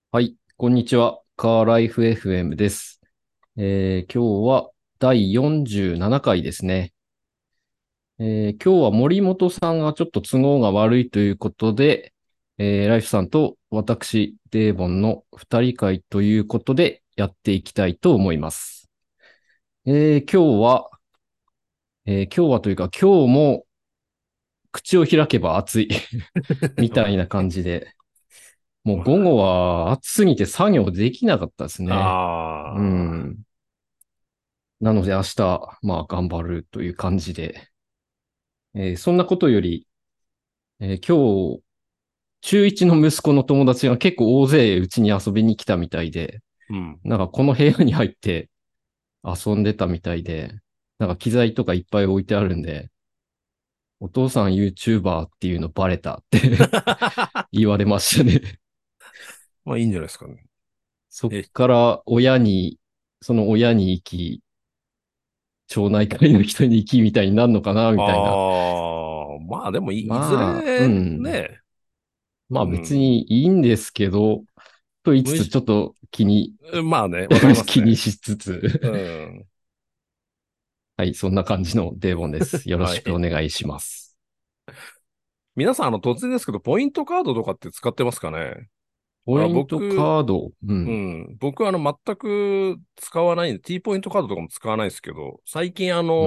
はい、こんにちは。カーライフ FM です。今日は第47回ですね。今日は森本さんがちょっと都合が悪いということで、ライフさんと私、デーボンの二人会ということでやっていきたいと思います。今日は、今日はというか今日も口を開けば暑いみたいな感じで、もうま午後は暑すぎて作業できなかったですね。うあ、 ん。なので明日、頑張るという感じで、そんなことより、今日、中1の息子の友達が結構大勢うちに遊びに来たみたいで、 うん。 なんかこの部屋に入って遊んでたみたいで、なんか機材とかいっぱい置いてあるんで、お父さん YouTuber っていうのバレたって言われましたね。 まあいいんじゃないですかね。 そっえ、 からその親に行き、町内会の人に行きみたいになるのかなみたいな。 まあでもいずうれん。 ね、 まあうん。 別にいいんですけど、と言いつつ無事、 ちょっとまあね、わかりますね。 気にしつつうん。 はい、そんな感じのデーボンです。よろしくおはい。 願いします。 皆さん、突然ですけど、ポイントカードとかって使ってますかね？ ポイント僕、 カード、うん、 僕は全く使わないんで、T ポイントカードとかも使わないですけど、最近うん、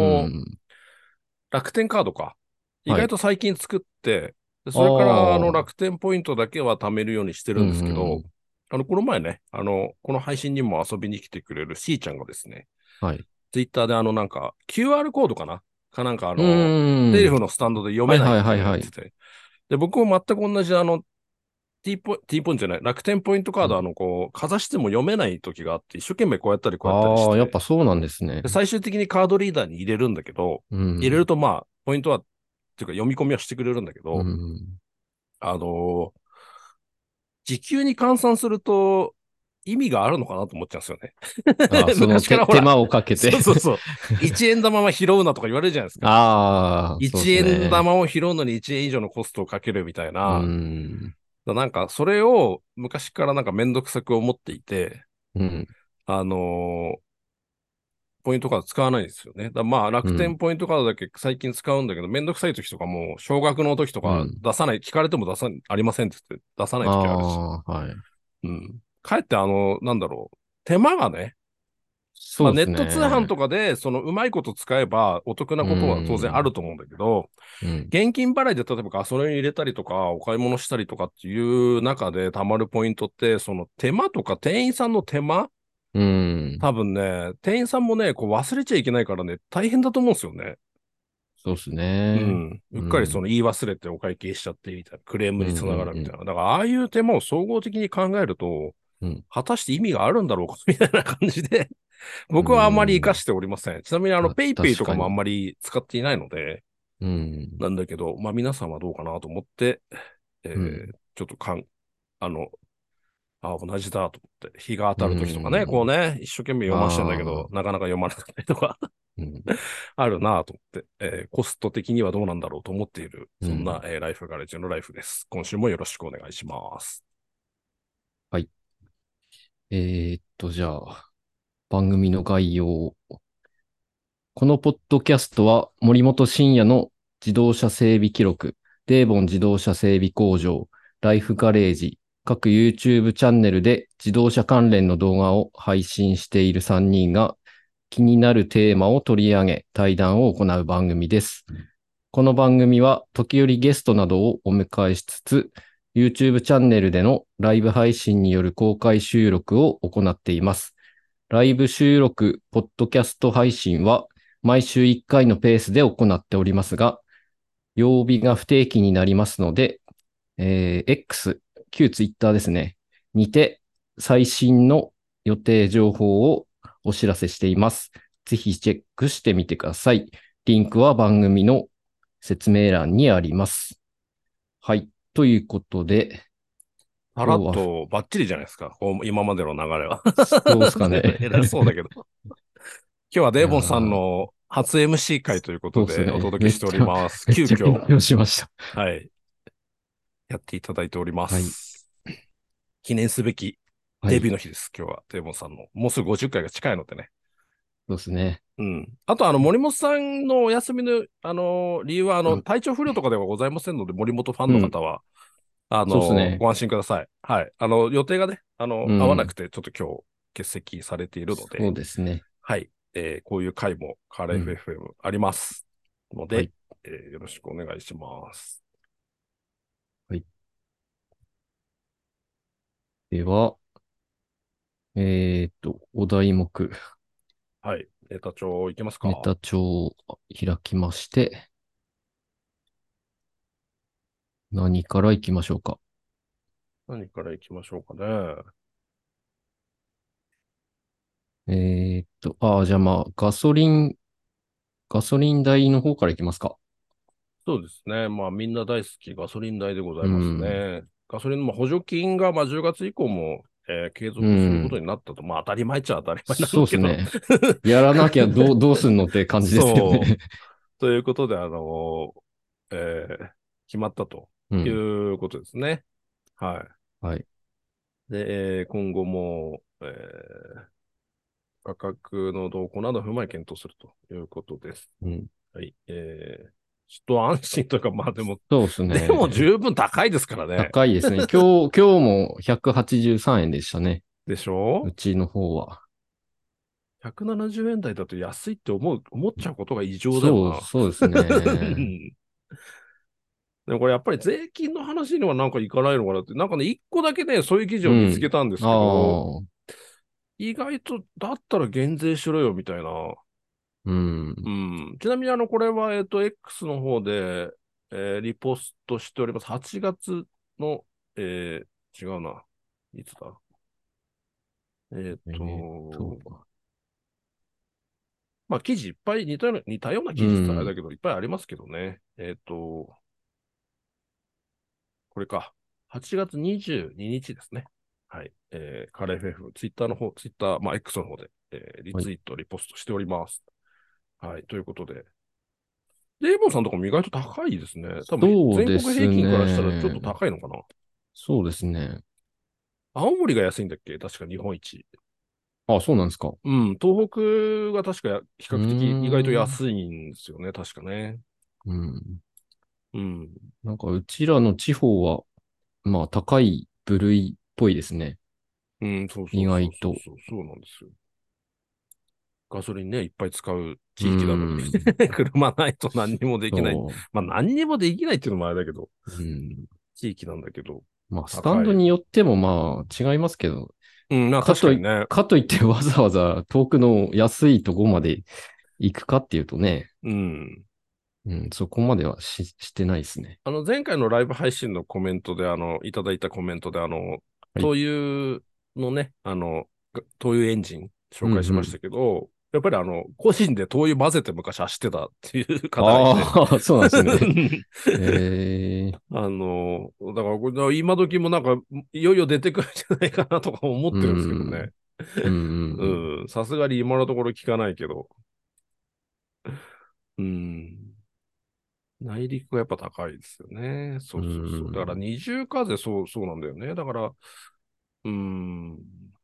楽天カードか。意はい。 外と最近作って、であそれからあ、 楽天ポイントだけは貯めるようにしてうん、 るんですけど、 うん、 この前ね、この配信にも遊びに来てくれる C ちゃんがですね、 はい。 ツイッターでなんか QR コードかななんかうテレーん、 フのスタンドで読はいはいめないみたいはいはい。 なのやってて、で、僕も全く同じT ポイントじゃない、楽天ポイントカードうん、 かざしても読めない時があって、一生懸命こうやったりこうやったりしああ、やって、 ぱそうなんですね。 で最終的にカードリーダーに入れるんだけど、 うん、 入れるとまあ、ポイントは、っていうか読み込みはしてくれるんだけうど、 ん。 あの時給に換算すると意味があるのかなと思っちゃうんですよああ、 ね。 その昔からほら、 手間をかけてそうそうそう、1円玉は拾うなとか言われるじゃないですか。 ああ、そうで 1 す円ね。 玉を拾うのに1円以上のコストをかけるみたいうな。 ん、 なんか、それを昔からなんかめんどくさく思っていて、 うん、 あのーポイントカード使わないんですよね。まあ、楽天うん、 ポイントカードだけ最近使うんだけど、めんどくさい時とかも、小学の時とかうん。 出さない、聞かれてもありませんって言って出さない時あるし。 ああ、はい。 うん。かえってなんだろう。手間がね、まあ、 そうですネット通販ね。 とかで、うまいこと使えばお得なうことは当然あるん。 と思うんだけど、 うん。 現金払いで例えばガソリン入れたりとか、お買い物したりとかっていう中で貯まるポイントって、その手間とか店員さんの手間、 うん。 多分ね、店員さんもね、こう忘れちゃいけないからね、大変だと思うんですよね。 そうですね。 うん。うっうかりそのん。 言い忘れてお会計しちゃってみたいな、クレームうん。 につながるうん。 みたいな。だからああいう手間を総合的に考えると、 うん。 果たして意味があるんだろうかみたいな感じで、 う僕はあんまり活かん。 しておりません。ちなみにあ、 ペイペイとかもあん確かに。 まり使っていないので、 うん。 なんだけど、まあ皆さんはどうかなと思って、 うん。 ちょっとあの、同じだと思って、日が当うたる時とかね、こうん。 ね、一生懸命読ましてんだけど、 ああ。 なかなか読まなかったりとかうん。 あるなと思って、コスト的にはどうなんだろうと思っている、そんな、 うん。 ライフガレージのライフです。今週もよろしくお願いします。 はい。じゃあ、番組の概要。このポッドキャストは森本慎也の自動車整備記録、デーボン自動車整備工場、ライフガレージ、各 YouTube チャンネルで自動車関連の動画を配信している3人が気になるテーマを取り上げ対談を行う番組です。この番組は時折ゲストなどをお迎えしつつ、YouTube チャンネルでのライブ配信による公開収録を行っています。ライブ収録、ポッドキャスト配信は毎週1回のペースで行っておりますが、曜日が不定期になりますので、X、旧 Twitter ですね、にて最新の予定情報をお知らせしています。ぜひチェックしてみてください。リンクは番組の説明欄にあります。はい。ということで、 さらっ今日は、 とバッチリじゃないですか。今までの流れは。 そうですかね。 偉そうだけど。今日はいやデーボンさんー、 の初 MC 会ということでおそうですね。 届けしております。 めっ急遽、 ちゃ緊張しました。 はい、やっていただいておりまはい。 す。記念すべきはい。 デビューの日です、今日は。デーモンさんの。もうすぐ50回が近いのでね。 そうですね。 うん。あと、森本さんのお休みの、理由は、 うん。 体調不良とかではございませんので、森本ファンうん。 の方は、 そうですね。 ご安心ください。はい。予定がね、合わなくうん。 て、ちょっと今日欠席されているので、 そうですね。 はい。こういう回もカーレうん。 FFM ありますので、 はい。 よろしくお願いします。 はい。では、お題目、 はい。ネタ帳いきますか？ ネタ帳を開きまして、何からいきましょうか。 何からいきましょうかね。 じゃあまあ、ガソリン代の方からいきますか。 そうですね。まあみんな大好きガソリン代でござういますん。 ね。ガソリンの補助金が10月以降も、継う続することん。 になったと。まあ当たり前っちゃ当たり前なんそうだけど。 ですね。やらなきゃどうすんのって感じですよそね。 う。ということで、決まったというん。 うことですね。ははい。 い。で、今後も、価格の動向などを踏まえ検討するということです。 うん。 はい。ちょっと安心というか、まあでも、 そうですでもね。 十分高いですからね。 高いですね。今日も183円でしたね。 でしょ？ うちの方は。 170 円台だと安いって思っちゃうことが異常だよな。 そうですね。 でもこれやっぱり税金の話にはなんかいかないのかなって、なんかね、一個だけね、そういう記事を見つけうん。 たんですけど、 ああ、 意外と、だったら減税しろよ、みたいな。 うん。 うん。ちなみにこれは、X の方で、リポストしております。8月の、違うな。いつだ？えーっえーっと、 と、まあ、記事いっぱい似たようなう記事って言ったらあれだん。 けど、いっぱいありますけどね。これか。8月22日ですね。はい。カレー FF、ツイッターの方、ツイッター、まあ、X の方で、リはい。 ツイート、リポストしております。はい。ということで。デーモンさんとかも意外と高いですね。多分、 そう全国平です均からしたらちょっとね。 高いのかな。 そうですね。 青森が安いんだっけ？確か日本一。 あ、そうなんですか。 うん。東北が確か比うー較的意外とん。 安いんですよね。確かね。 うん。 うん。 なんか、うちらの地方は、まあ、高い部類っぽいですね。 うん、そうそ意うそう外と。 そうそう、そうなんですよ。ガソリンね、いっぱい使うう地域なのにん。 車ないと何にもできない。 そまあ何にもできないっていうのもあれだけど、 う。うん。 地域なんだけど、 まあ、スタン高い。 ドによってもまあ、違いますけど、 うん、まあかとい、 確かにね。 かといってわざわざ遠くの安いとこまで行くかっていうとね、 うん。 うん、そこまではしてないですね。 前回のライブ配信のコメントで、いただいたコメントで、 はい。 灯油のね、灯油エンジン紹うんう介しましたん。 けど、やっぱり個人で灯油混ぜて昔走ってたっていう方がいて、 ああ、そうなんですね。 だからこれ、今時もなんか、いよいよ出てくるんじゃないかなとか思っうてるんですけどん。 ね。 うんうんうん、さすがに今のところ聞かないけど、うん、内陸がやっぱ高いですよね。そうん。 うそうそう。だからうん。 二重課税、そうなんだよね。だから、うん、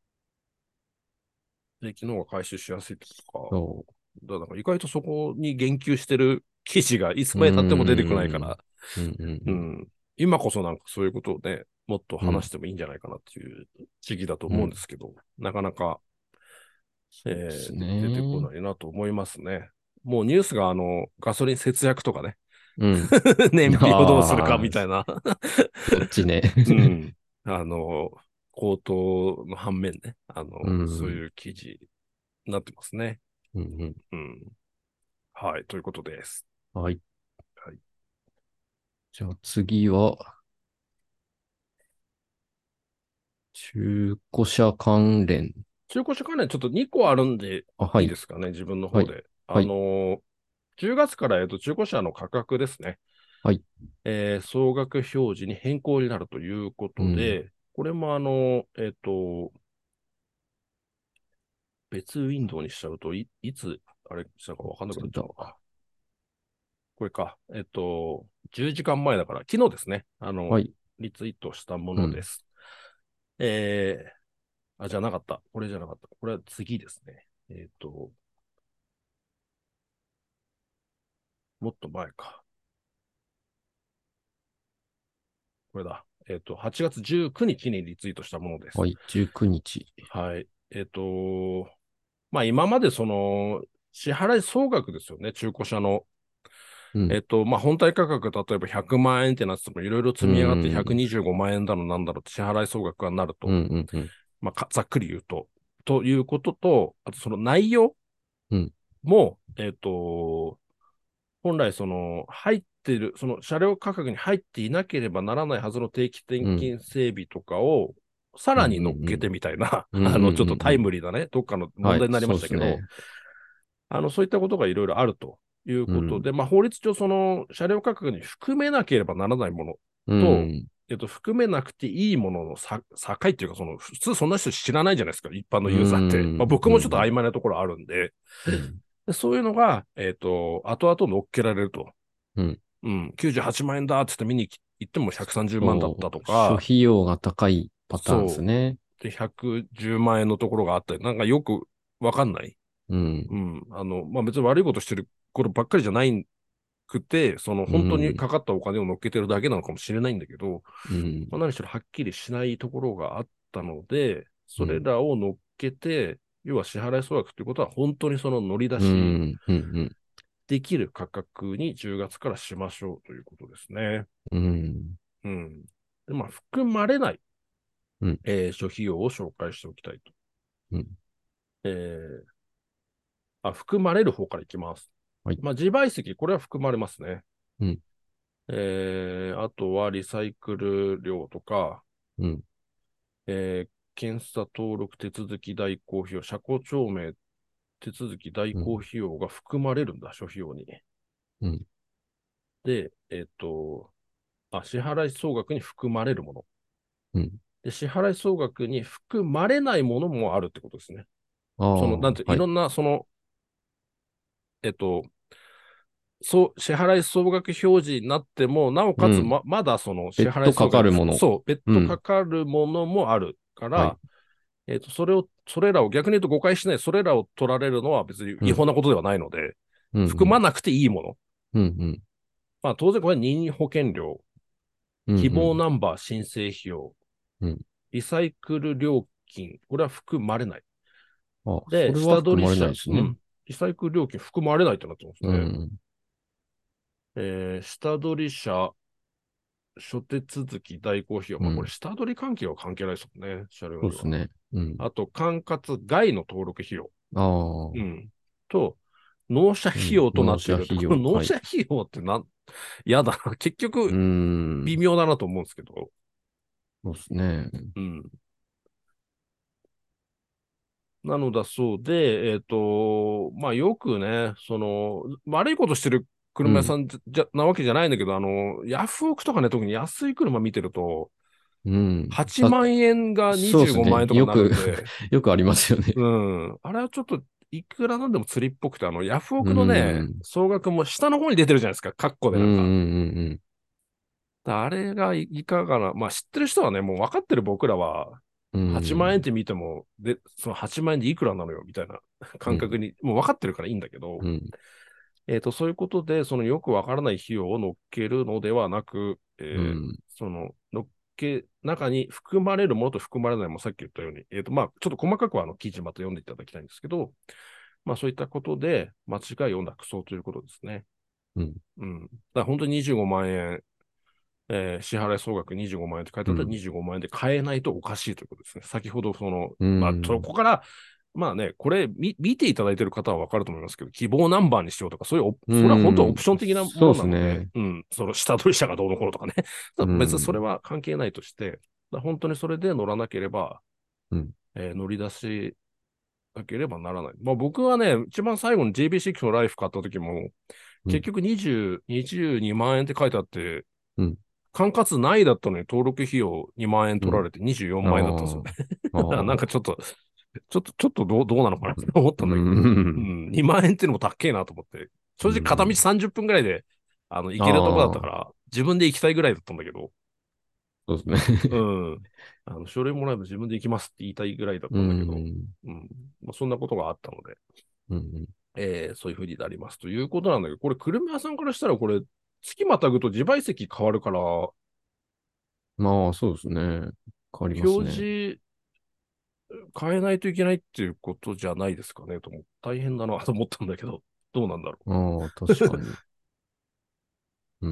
税金の方が回収しやすいってことか。 そだから意外とそこに言及してる記事がいつう。うまで経っても出てこないかん。 ら、 うんうんうん、今こそなんかそういうことをね、もっとうん。うん。 話してもいいんじゃないかなっていう時期だと思うんでうん。 すけど、なかなか、 そうです出てこね。 ないなと思いますね。もうニュースがガソリン節約とかね、 うん。 燃費をどうするかああ、 みたいな、 そっちね。 うん、高騰の反面ね、 うそうん。 いう記事になってますね。 うんうん。 うん。はい、ということです。 はい。 はい。 じゃあ次は、中古車関連。 中古車関連ちょっと2個あるんであ、はい。 いいですかね、自分のはい。 方で。 はい。 10月から、中古車の価格ですね。 はい。 総額表示に変更になるというこうん。 とで、これも別ウィンドウにしちゃうといつ、あれしたかわかんなくなっちゃうだ。 のか。これか。10時間前だから、昨日ですね。 はい。 リツイートしたもうん。 のです。えじゃなかった。これじゃなかった。これは次ですね。もっと前か。これだ。8月19日にリツイートしたものです。 はい、19日。 はい。まあ今まで支払い総額ですよね、中古車の。 うん。 まあ本体価格、例えば100万円ってなってもいろいろう積み上がってん。 125万円だのなんだろうって支払い総額がなるうん、 と、 うん、うん。 まあざっくり言うと、ということと、あとその内容うん、 も、本来入ってる、その車両価格に入っていなければならないはずの定期点うん、 検整備とかを、さうん、 らに乗っうん。 けてみたいな、 うん、うん、 ちょっとタうん。 イムリーだね、どっかの問はい、 題になりまそうしたけど、 ですね。 そういったことがいろいろあるといううん、 ことで、まあ、法律上、車両価格に含めなければならないものうと、 ん、 含めなくていいものの境っていうか、普通そんな人知らないじゃないですか、一般のうユーザーって。まあ、 ん、 僕もちょっと曖昧なところあるんで、 うん、 でそういうのが、後々乗っけられると。 うん。 うん、98万円だって言って見に行っても130万だっそう、 たとか、 諸費用が高いパターンですそね。 う。で、110万円のところがあったり、なんかよくわかんない。 うん、 うん。まあ、別に悪いことしてることばっかりじゃないくて、本当にうん、 かかったお金を乗っけてるだけなのかもしれないんだけど、 うん、 まあ、何しろはっきりしないところがあったので、それうん、 らを乗っけて、要は支払い総額ということは本当にその乗り出しうん、うん、 できる価格に10月からしましょうということですね。 うん、 うん。で、まあ、含まれない、 うん、 諸費用を紹介しておきたいと。 うん。 えー、含まれる方からいきます。 はい。 まあ、自賠責、これは含まれますね。 うん、 あとはリサイクル料とか、 うん、 検査登録手続き代行費用、車庫証明手続き代うん、 行費用が含まれるんだ、諸費用に。 うん、 で、支払い総額に含まれるもの。 うん。 で、支払い総額に含まれないものもあるってことですね。 ああ、 なんて、いはい。 ろんな、えっと、支払い総額表示になっても、なおかつうん。 まだその支別途か払い総額にかるもの。 別途かうん。 かるものもあるかはい。 ら、それらを逆に言うと誤解しない、それらを取られるのは別にうん。 違法なことではないので、 うん、うん。 含まなくていいもの。 うん、うん。 まあ当然これは任意保険料、 うん、う希望ん。 ナンバー申請費用、 うん。 リサイクル料金、これは含まれない。 あ、そで、 れは下含まれない取り車、 ですね。 うん。リサイクル料金含まれないとなってますね。 うん。 下取り車、諸手続き代行費用。まあこれうん。 下取り関係は関係ないですもんね、車両には。 そうですね。うん。 あと、管轄外の登録費用。 ああ。 うん。と、納車うん。 費用となっていると。 納車費用。 この納はい。 車費用ってやだな。結う局、微ん。 妙だなと思うんですけど。 そうですね。 うん。なのだそうで、まあ、よくね、悪いことしてるうん。 車屋さんなわけじゃないんだけど、ヤフオクとかね、特に安い車見てると、 うん。 8万円が25 そうですね。 万円とかになるよくんで、 よくありますよね。 うん。あれはちょっと、いくらなんでも釣りっぽくて、ヤフオうクのね、 ん。 総額も下の方に出てるじゃないですか、カッコうん、うでなんか。 ん、うん。 あれがいかがな、まあ知ってる人はね、もう分かってる僕らは、 う 8万円っん。 て見ても、で、その8万円でいくらなのよ、みたいなうん。 感覚に、もう分かってるからいいんだけど、 うん。 そういうことで、そのよく分からない費用を乗っけるのではなく、 うん。 中に含まれるものと含まれないもの、さっき言ったように、まあ、ちょっと細かくは記事また読んでいただきたいんですけど、まあそういったことで間違いをなくそうということですね。 うん。 うん。だから本当に25万円、支払い総額25万円って書いてあったらうん。 25万円で買えないとおかしいということですね。先ほどうまあそん。 こから、まあね、これ見ていただいている方はわかると思いますけど、希望ナンバーにしようとか、 うそれは本当はオん。 プション的なもそうのなので、 ですね。 うん、その下取り者がどうのこうのとかね。 う別にそれん。 は関係ないとして、本当にそれで乗らなければ、 うん。 乗り出しなければならない。まあ僕はね、一番最後に JB6 のライフ買った時も、 うん。 結局22万円って書いてあって、 うん。 管轄内だったのに登録費用2万円うん。 取られて24万円だったんですよあね。 あ。ああ。 なんかちょっとどうなのかなと思ったうんだけど、うん。 ん、2万円っていうのも高えなと思って、正う直片道ん。 30分ぐらいで、行けるとこだったかああ。 ら、自分で行きたいぐらいだったんだけど、 そうですね。 うん。書類もらえば自分で行きますって言いたいぐらいだっうたんだけど、 ん。 うん。まあ、そんなことがあったので、 うん。 そういうふうになりますということなんだけど、これ、車屋さんからしたら、これ、月またぐと自賠責変わるから、 まあ、そうですね。変わります表ね。 示変えないといけないっていうことじゃないですかね、と思う。大変だなと思ったんだけど、どうなんだろああ、確かに。うん。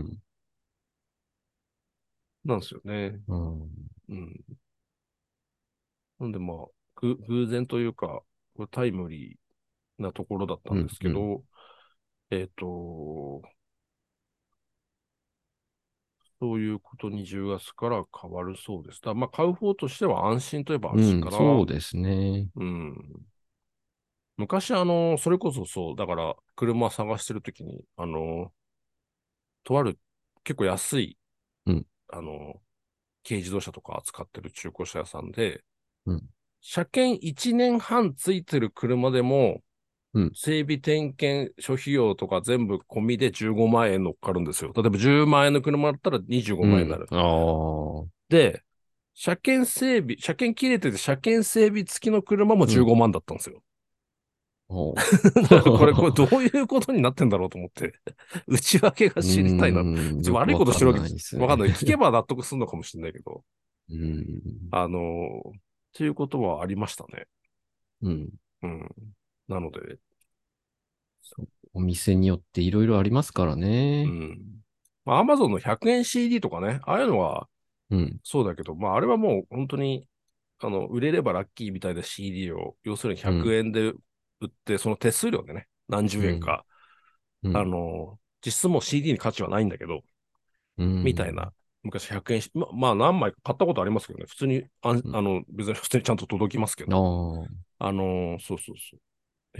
う。なんですよね。 うん。 うん。なんでまあ、偶然というか、これタイムリーなところだったんでうん。うん。 すけど、えっと、そういうことに10月から変わるそうです。まあ、買う方としては安心といえば安心うん、 かな。 そうですね。 うん。昔それこそそう、だから車探してるときに、とある結構安い、 うん。 あの、軽自動車とか扱ってる中古車屋さんで、 うん。 車検1年半ついてる車でも、 うん。 整備点検、諸費用とか全部込みで15万円乗っかるんですよ。例えば10万円の車だったら25 うん。 万円になる。 ああ。 で、車検切れてて車検整備付きの車もうん。 15万だったんですよ。 ほだからこれう。 どういうことになってんだろうと思って、内訳がうー知りたいな。 ん、 別に悪いよくわかことしてるわけでんないですわかんない。 ね。 聞けば納得するのかもしれないけど、 うーん、 っていうことはありましたね。 うん。 うん。なので、 そう、お店によっていろいろありますからね。 うん。まあ、アマゾンの100円 CD とかね、ああいうのはうん、 そうだけど、まあ、あれはもう本当に、売れればラッキーみたいな CD を、要するに100 うん、 円で売って、その手数料でね、何十うん、 円か、 うん、 実質もう CD に価値はないんだけど、 うん、 みたいな、昔100円し、まあ何枚か買ったことありますけどね、普通に、 うん。 別に普通にちゃんと届きますけああ、 ど、 うん、 そうそうそう。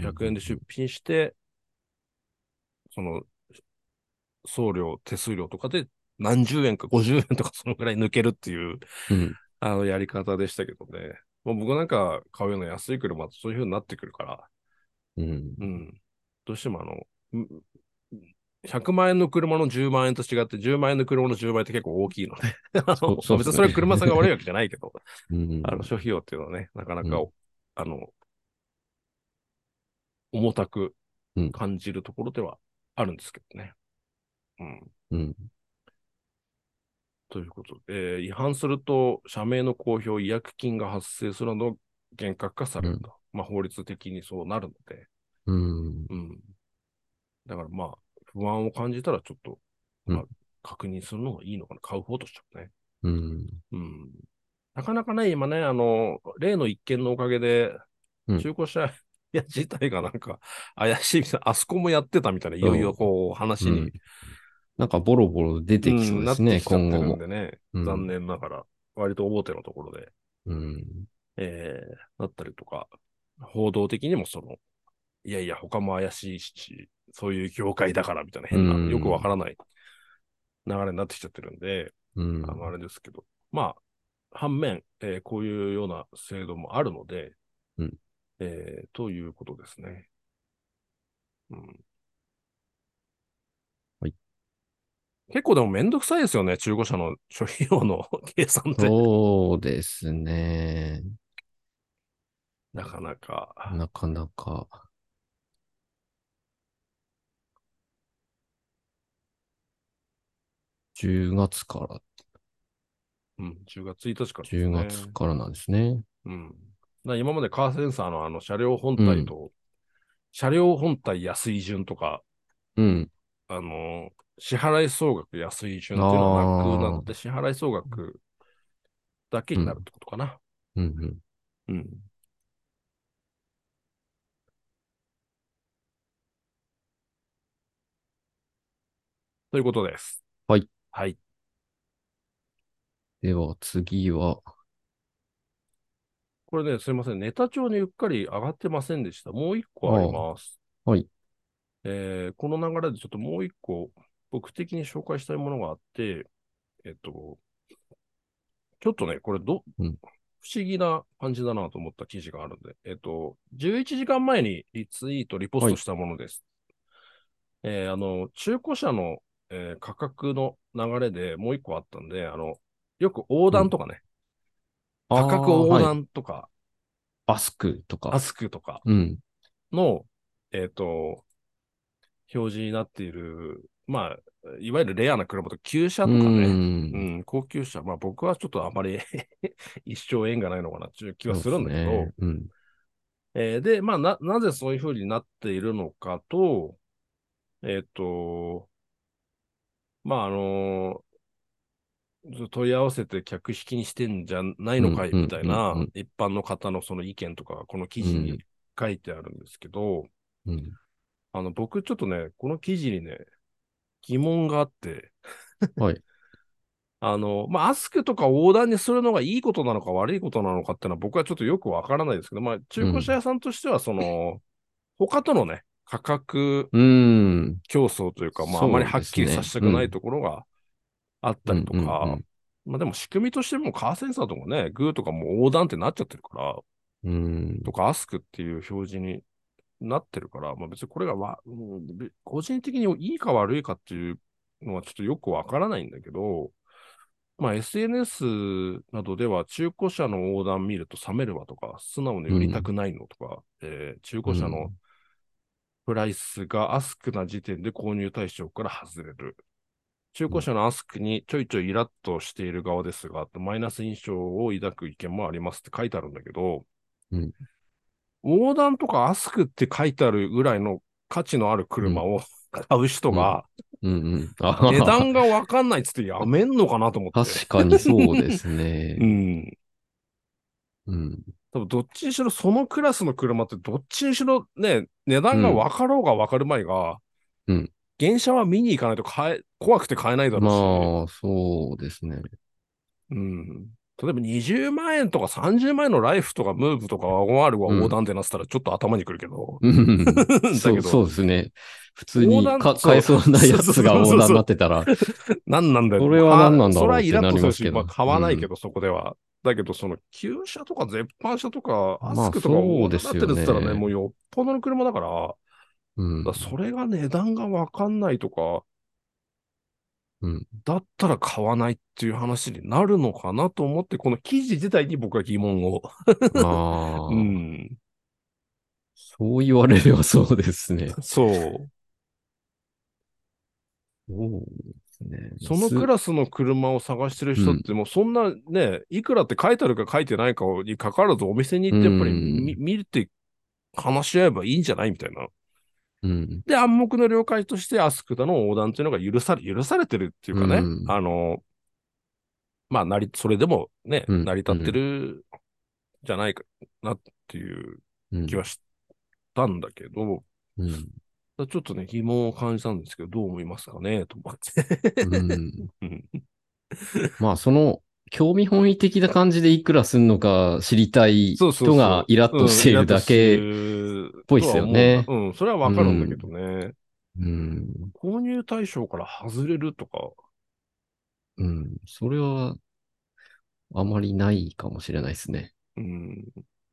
うん、 100円で出品して、その、送料、手数料とかで何十円か50円とかそのぐらい抜けるっていう、 うん、 やり方でしたけどね。もう僕なんか買うような安い車とそういう風になってくるから、 うん。 うん。どうしても100万円の車の10万円と違って10万円の車の10倍って結構大きいのでまあ別にそうですね。 それは車さんが悪いわけじゃないけど、 うん、 諸費用っていうのはね、なかなか、 うん、 あの、重たくうん、 感じるところではあるんですけどね。うん。 うん、 ということで、違反すると、社名の公表、違約金が発生するなど、厳格化されうん、 ると。まあ、法律的にそうなるので、 うん、 うん。だからまあ、不安を感じたらちょっと、まあ、 うん、 確認するのがいいのかな。買う方としてはね。 うん、 うん。なかなかね、今ね、例の一件のおかげで、 うん。 中古車屋自体がなんか怪しいみたいな、あそこもやってたみたいな、いよいよそこうう。 話に、 うん。なんかボロボロ出てきそううん、なっですね、 てきちゃってるん今後も。 でね、残うん、 念ながら、割と大手のところで、 うん、 なったりとか、報道的にもいやいや、他も怪しいし、そういう業界だからみたいなう変な、よくわん、 からない流れになってきちゃってるんで、 うん、 あれですけど、まあ、反面、こういうような制度もあるので、 うん。 ということですね。うん、 はい。 結構でもめんどくさいですよね、中古車の諸費用の計算って。 そうですね。 なかなか。 なかなか10月からうん、10月1日からです 10月ね。 からなんですね。 うん。今までカーセンサーの車両本うん。 体と、車両本体安い順とか、 うん。 支払い総額安い順っていうのはなくなああ。 って、支払い総額だけうん。 になるってことかな。 うん。うん。 うん。ということです。 はい。 はい。 では次は、 これね、すいません。ネタ帳にうっかり上がってませんでした。もう一個ありああ、 ます。 はい。 この流れでちょっともう一個、僕的に紹介したいものがあって、ちょっとね、これうん。 不思議な感じだなと思った記事があるんで、11時間前にリツイート、リポスはい。 トしたものです。中古車の、価格の流れでもう一個あったんで、 よく横うん。 断とかね、価格ああ、 横はい。 断とか、 アスクとアか。 スクとかうん。 の、えっと、表示になっている、まあ、いわゆるレアな車と旧車うーとかね、うん。 ん、高級車、まあ僕はちょっとあまり一生縁がないのかなっていう気はそうですするんだけど、 ね。うん。 で、まあなぜそういう風になっているのかと、えっと、まあ問い合わせて客引きにしてんじゃないうん、 のかいみうん、うん、うたいなん。 一般の方のその意見とか、この記事にうん。 書いてあるんですけど、 うん。 僕ちょっとね、この記事にね、疑問があって、 はい。 まあ、アスクとか横断にするのがいいことなのか悪いことなのかっていうのは僕はちょっとよくわからないですけど、まあ、中うん。 古車屋さんとしては、他とのね、価格うーん。 競争というか、まあ、あまりそうはっきりさですね。 せたくないうん。 ところがあったりうん、うん、うとか、 ん。 まあでも仕組みとしてもカーセンサーとかね、グーとかもう横断ってなっちゃってるから、 うーん。 とかアスクっていう表示になってるから、まあ別にこれが個人的にいいか悪いかっていうのはちょっとよくわからないんだけど、まあ SNS などでは中古車の横断見ると冷めるわとか、素直に売りたうん。 くないのとか、中古車のうん。 プライスがアスクな時点で購入対象から外れる。中うん。 古車のアスクにちょいちょいイラッとしている側ですが、マイナス印象を抱く意見もありますって書いてあるんだけど、 うん。 横断とかアスクって書いてあるぐらいの価値のあるうん。 車を買う人うん。 が、 うん。あは値はは。 段がわかんないっつってやめんのかなと思って。 確かにそうですうね。 ん。 うん。 多分どっちにしろそのクラスの車ってどっちにしろね、値段がうん。 わかろうがわかるまいが、 うん。 原車は見に行かないと怖くて買えないだろうし、 まあ、そうですね。 うん。例えば20万円とか30万円のライフとかムーブとかワゴン R はうん。 横断ってなってたらちょっと頭にくるけど。 うん。 だそう、 けど、 そうですね。普通横断、 に買そう、 えそうなやそうつがそう横断にそうそう、 なってたら、 何なんだよ。 それは何なんだそれはイラッろうってなりとするし、まあますけど。 買わないけうん。 どそこでは。だけどその旧車とか絶版車とかアまあ、 スクとかそうで横断になってすよるって言ったらね、 ね。 もうよっぽどの車だから、 うん。 それが値段がわかんないとか、 うん。 だったら買わないっていう話になるのかなと思って、この記事自体に僕は疑問を。うああ、 ん。 そう言われればそうですね。 そう。 そうですね。 そのクラスの車を探してるうん。 人ってもうそんなね、いくらって書いてあるか書いてないかに関わらずお店に行うってやっぱりん。 見て話し合えばいいんじゃないみたいな。 うん。 で、暗黙の了解としてアスクダの横断っていうのが許されてるっていううかね。 ん。 まあ、それでもね、 うん。 成り立ってうん。 るじゃないかなっていううん。 気はしたんだけど、 うん。 ちょっとね、疑問を感じたんですけど、どう思いますかねと思っうて。 ん。 うん、 まあ、興味本位的な感じでいくらすんのか知りたいそうそう人がそイラッう。うん、イとしているラッとすだけっるとはぽいですよ思うんだ。 ね。 うん、それはわうかるんだけどん。 ね。 うん。 購入対象から外れるとか、 うん。それはあまりないかもしれないですね。 うん、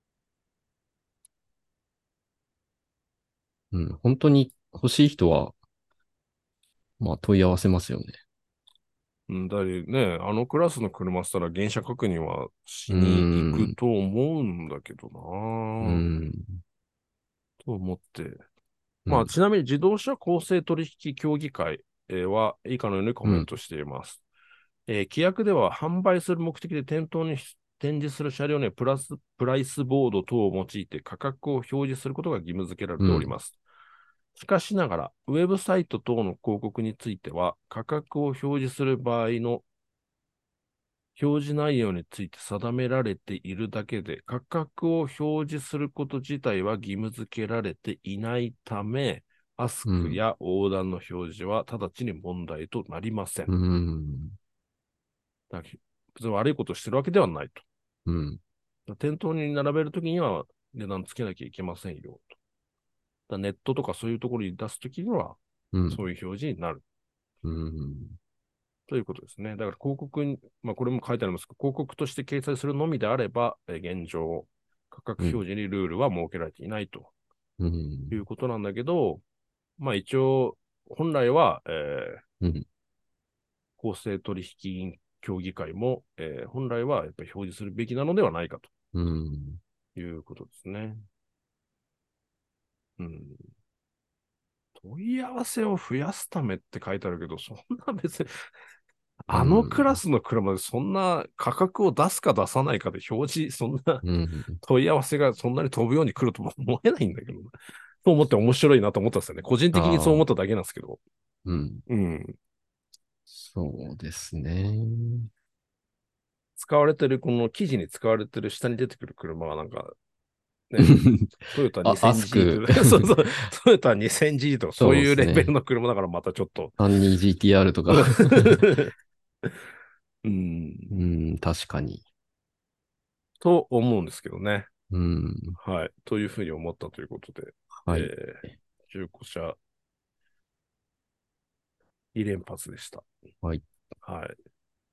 うん。本当に欲しい人は、まあ問い合わせますよね。 うん、だりね、あのクラスの車したら原車確認はしうに行くん。 と思うんだけどうなぁ、 ん。 と思って。まあ、 うん。 ちなみに自動車公正取引協議会は以下のようにコうん。 メントしています。規約では販売する目的で店頭に展示する車両にはプライスボード等を用いて価格を表示することが義務付けられうん。 ております。しかしながら、ウェブサイト等の広告については、価格を表示する場合の表示内容について定められているだけで、価格を表示すること自体は義務付けられていないため、アスクうん。 や横断の表示は直ちに問題となりません。 うん。 だから別に悪いことをしてるわけではないと。 うん。 店頭に並べるときには値段つけなきゃいけませんよと。ネットとかそういうところに出すときには、 うん。 そういう表示になるうん。 ということですね。だから広告に、まあこれも書いてありますけど、広告として掲載するのみであれば、現状、価格うん。 表示にルールは設けられていないとうん。 いうことなんだけど、まあ一応、本来は、 うん。 公正取引委員協議会も、本来はやっぱり表示するべきなのではないかうん。 ということですね。うん。問い合わせを増やすためって書いてあるけど、そんな別に、 うあのクラん。 スの車でそんな価格を出すか出さないかで表示、そんなうん。 問い合わせがそんなに飛ぶように来るとも思えないんだけどな。と思って面白いなと思ったんですよね。個人的にそうああ、 思っただけなんですけど。 うん。 うん。 そうですね。 使われてる、この記事に使われてる下に出てくる車はなんかね、トヨタアス 2000G とク、 か、そうそう、トヨタ 2000G とかそうそうでいうレベルすね。 の車だからまたちょっと 32GTR とか。 うん、 うん、確かに。 と思うんですけどね。 うん。 はい。というふうに思ったということで、 はい。 中古車2連発でした。 はい。 はい。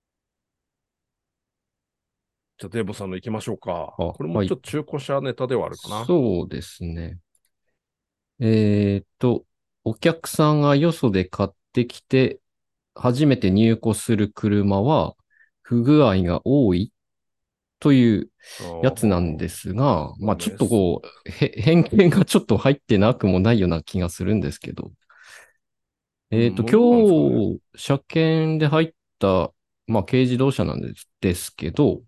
じゃあ、デーボさんの行きましょうか。 あ、 これもはい。 ちょっと中古車ネタではあるかな。 そうですね。えーっと、お客さんがよそで買ってきて、初めて入庫する車は、不具合が多いというあやつなんであ、 すが、まあちょっまあね、 とこう、偏見がちょっと入ってなくもないような気がするんですけど、 うん、もうどうなんですかね。 今日、車検で入った、まあ軽自動車なんですけど、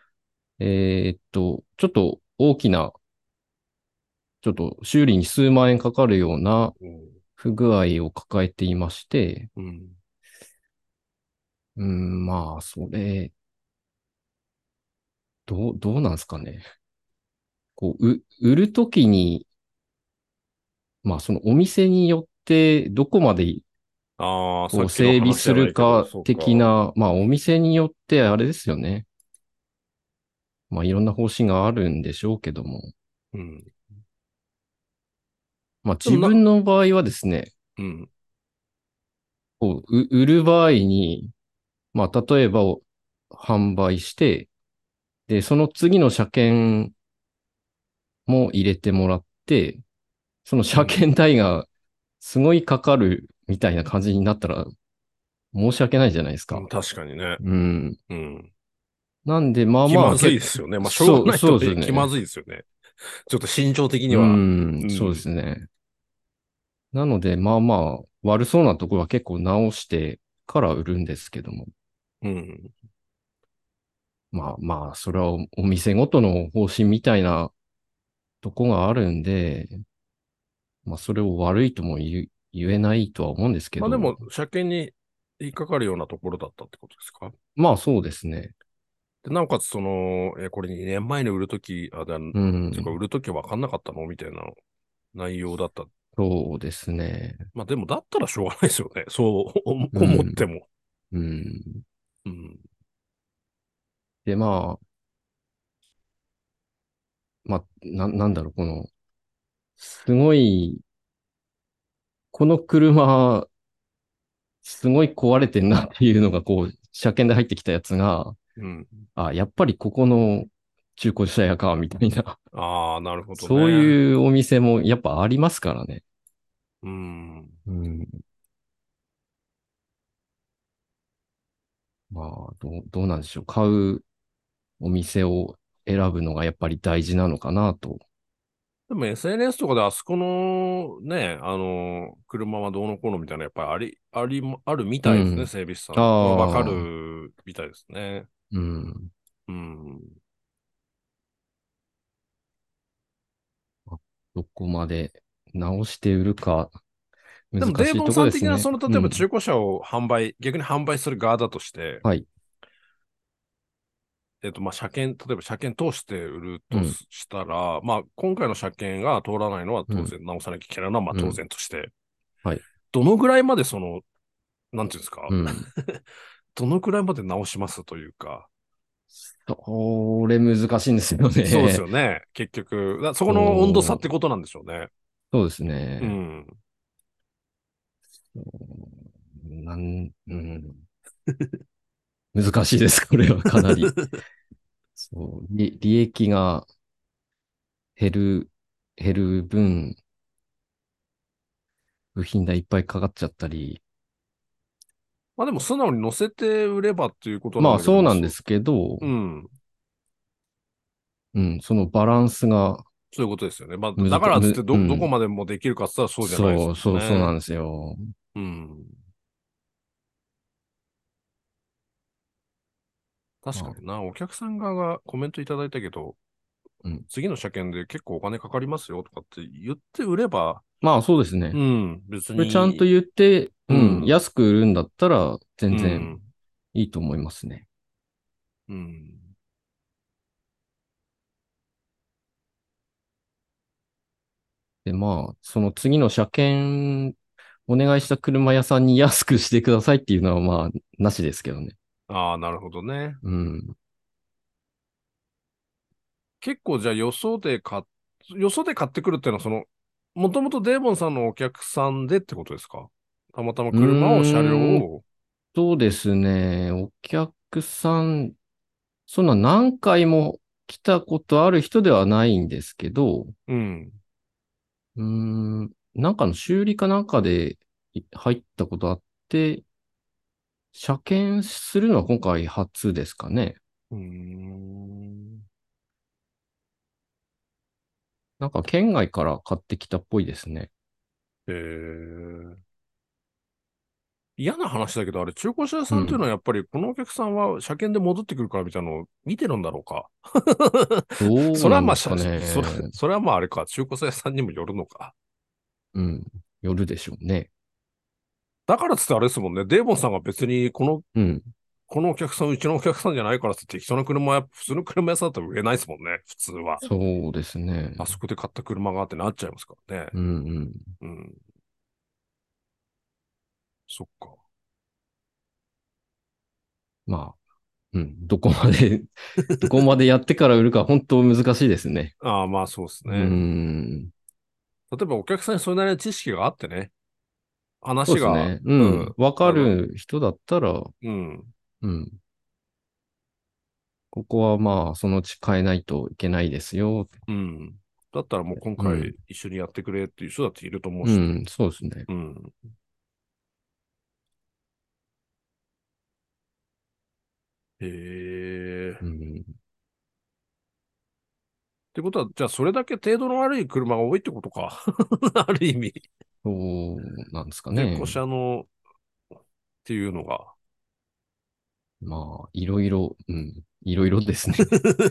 ちょっと大きな、ちょっと修理に数万円かかるようなうん。 不具合を抱えていまして、 うん。 まあ、それ、どうなんですかね。こう、売るときに、まあ、そのお店によってどこまでああ、さこうっきの整備す話じゃないけど、 るかそうか。 的な、まあ、お店によってあれですよね。まあ、いろんな方針があるんでしょうけども。 うん。 まあ、 でも自分の場合はですね、 うん。 こう、売る場合に、まあ、例えば販売して、で、その次の車検も入れてもらって、その車うん。 検代がすごいかかるみたいな感じになったら申し訳ないじゃないですか。 うん、確かにね。 うん。 うん。 なんで、まあまあ、 気まずいですよね。まあ、しょうがないとそうはいえ気まですね。 ずいですよね。ちょっと心情的にうは。 ん、そうでうん。 すね。なので、まあまあ、悪そうなところは結構直してから売るんですけども。 うん。 まあまあ、それはお店ごとの方針みたいなとこがあるんで、まあそれを悪いとも言えないとは思うんですけど、 まあでも、車検に引っかかるようなところだったってことですか？ まあそうですね。 で、なおかつ、これ2年前に売るとき、 うていうか、売ん、 るとき分かんなかったのみたいな内容だった。 そうですね。 まあでも、だったらしょうがないですよね。そう思ってうん、 も。 うん。 うん。 で、なんだろう、すごい、この車、すごい壊れてんなっていうのが、こう、車検で入ってきたやつが、 うん。 あ、やっぱりここの中古車屋か、みたいな。 ああ、なるほどそうね。 いうお店もやっぱありますからね。 うん。 うん。まあ、どうなんでしょう。買うお店を選ぶのがやっぱり大事なのかなと。 でも SNS とかであそこのね、車はどうのこうのみたいな、やっぱりあるみたいですね、 うん。 整備士さん。わかああ、 るみたいですね。 うん。 うん。 どこまで直して売るか難でも、デーしいとこボンさん的な、 ですね。 例えば中うん。 古車を逆に販売する側だとして、 はい。 まあ、例えば車検通して売るとうん。 したら、まあ、今回の車検が通らないのはうん。 当然直さなきゃいけないのは、まあ、当うん。 然として、 はい。 どのぐらいまでなんていうんですか？ うん。 どのくらいまで直しますというか、 それ難しいんですよそうですね。 よね。結局、そこの温度差ってそう、 ことなんでしょうね。 そうですね。 うん。 うん。難しいです、これはかなり。そう、利益が減る、減る分、部品代いっぱいかかっちゃったり、 まあでも素直に乗せて売ればっていうことなまあんだけど、まあそうなんですけど、 うん。 うん、そのバランスがそういうことですよね。まあ、 むずか、 だからっつってむ、うどこん。 までもできるかっつったらそうじゃないですそうそうそうもんね。 なんですよ。 うん。確まあ、 かにな。お客さん側がコメントいただいたけど、 うん。 次の車検で結構お金かかりますよとかって言って売れば、 まあそうですね。 うん、別これちゃんとに、 言って、うん、 うん、 安く売るんだったら全然うん、 いいと思いますね。 うん。 で、まあ、その次の車検お願いした車屋さんに安くしてくださいっていうのはまあ、なしですけどね。 ああ、なるほどね。 うん。 結構じゃあよそで買ってくるっていうのはもともとデーモンさんのお客さんでってことですか？たまたまう車を、車両ーんを、 とですね、お客さん、そんな何回も来たことある人ではないんですけど、 うん、 なんかの修理かなんかで入ったことあって、車検するのは今回初ですかね。 うーん。 なんか県外から買ってきたっぽいですね。 えー、嫌な話だけど、あれ、中古車屋さんっていうのうん。 はやっぱり、このお客さんは車検で戻ってくるからみたいなのを見てるんだろうか。 どうそれはまあ、 なんですかね。 それはまああれか、中古車屋さんにもよるのか。 うん。よるでしょうね。 だからっつってあれですもんね、デーボンさんが別にうん。 このお客さん、うちのお客さんじゃないからっつって適当な普通の車屋さんだったら売れないですもんね、普通は。 そうですね。 あそこで買った車があってなっちゃいますからね。 うんうん。 うん。そっか。 まあ、うん。どこまでどこまでやってから売るか本当難しいですね。 ああ、まあそうですうね。 ん。 例えばお客さんにそれなりの知識があってね、話が、 そうですね。ううん、 ん。わかる人だったら、 うん、 うん。ここはまあ、そのうち変えないといけないですよ。 うん。だったらもう今うん。 回一緒にやってくれっていう人だっていると思うしね。 うん。そうですね。 うん。へえ。っうん。 てことは、じゃあそれだけ程度の悪い車が多いってことか。ある意味。 そうなんですか中古ね。 車のっていうのが。 まあ、いろいろ、うん。いろいろですね。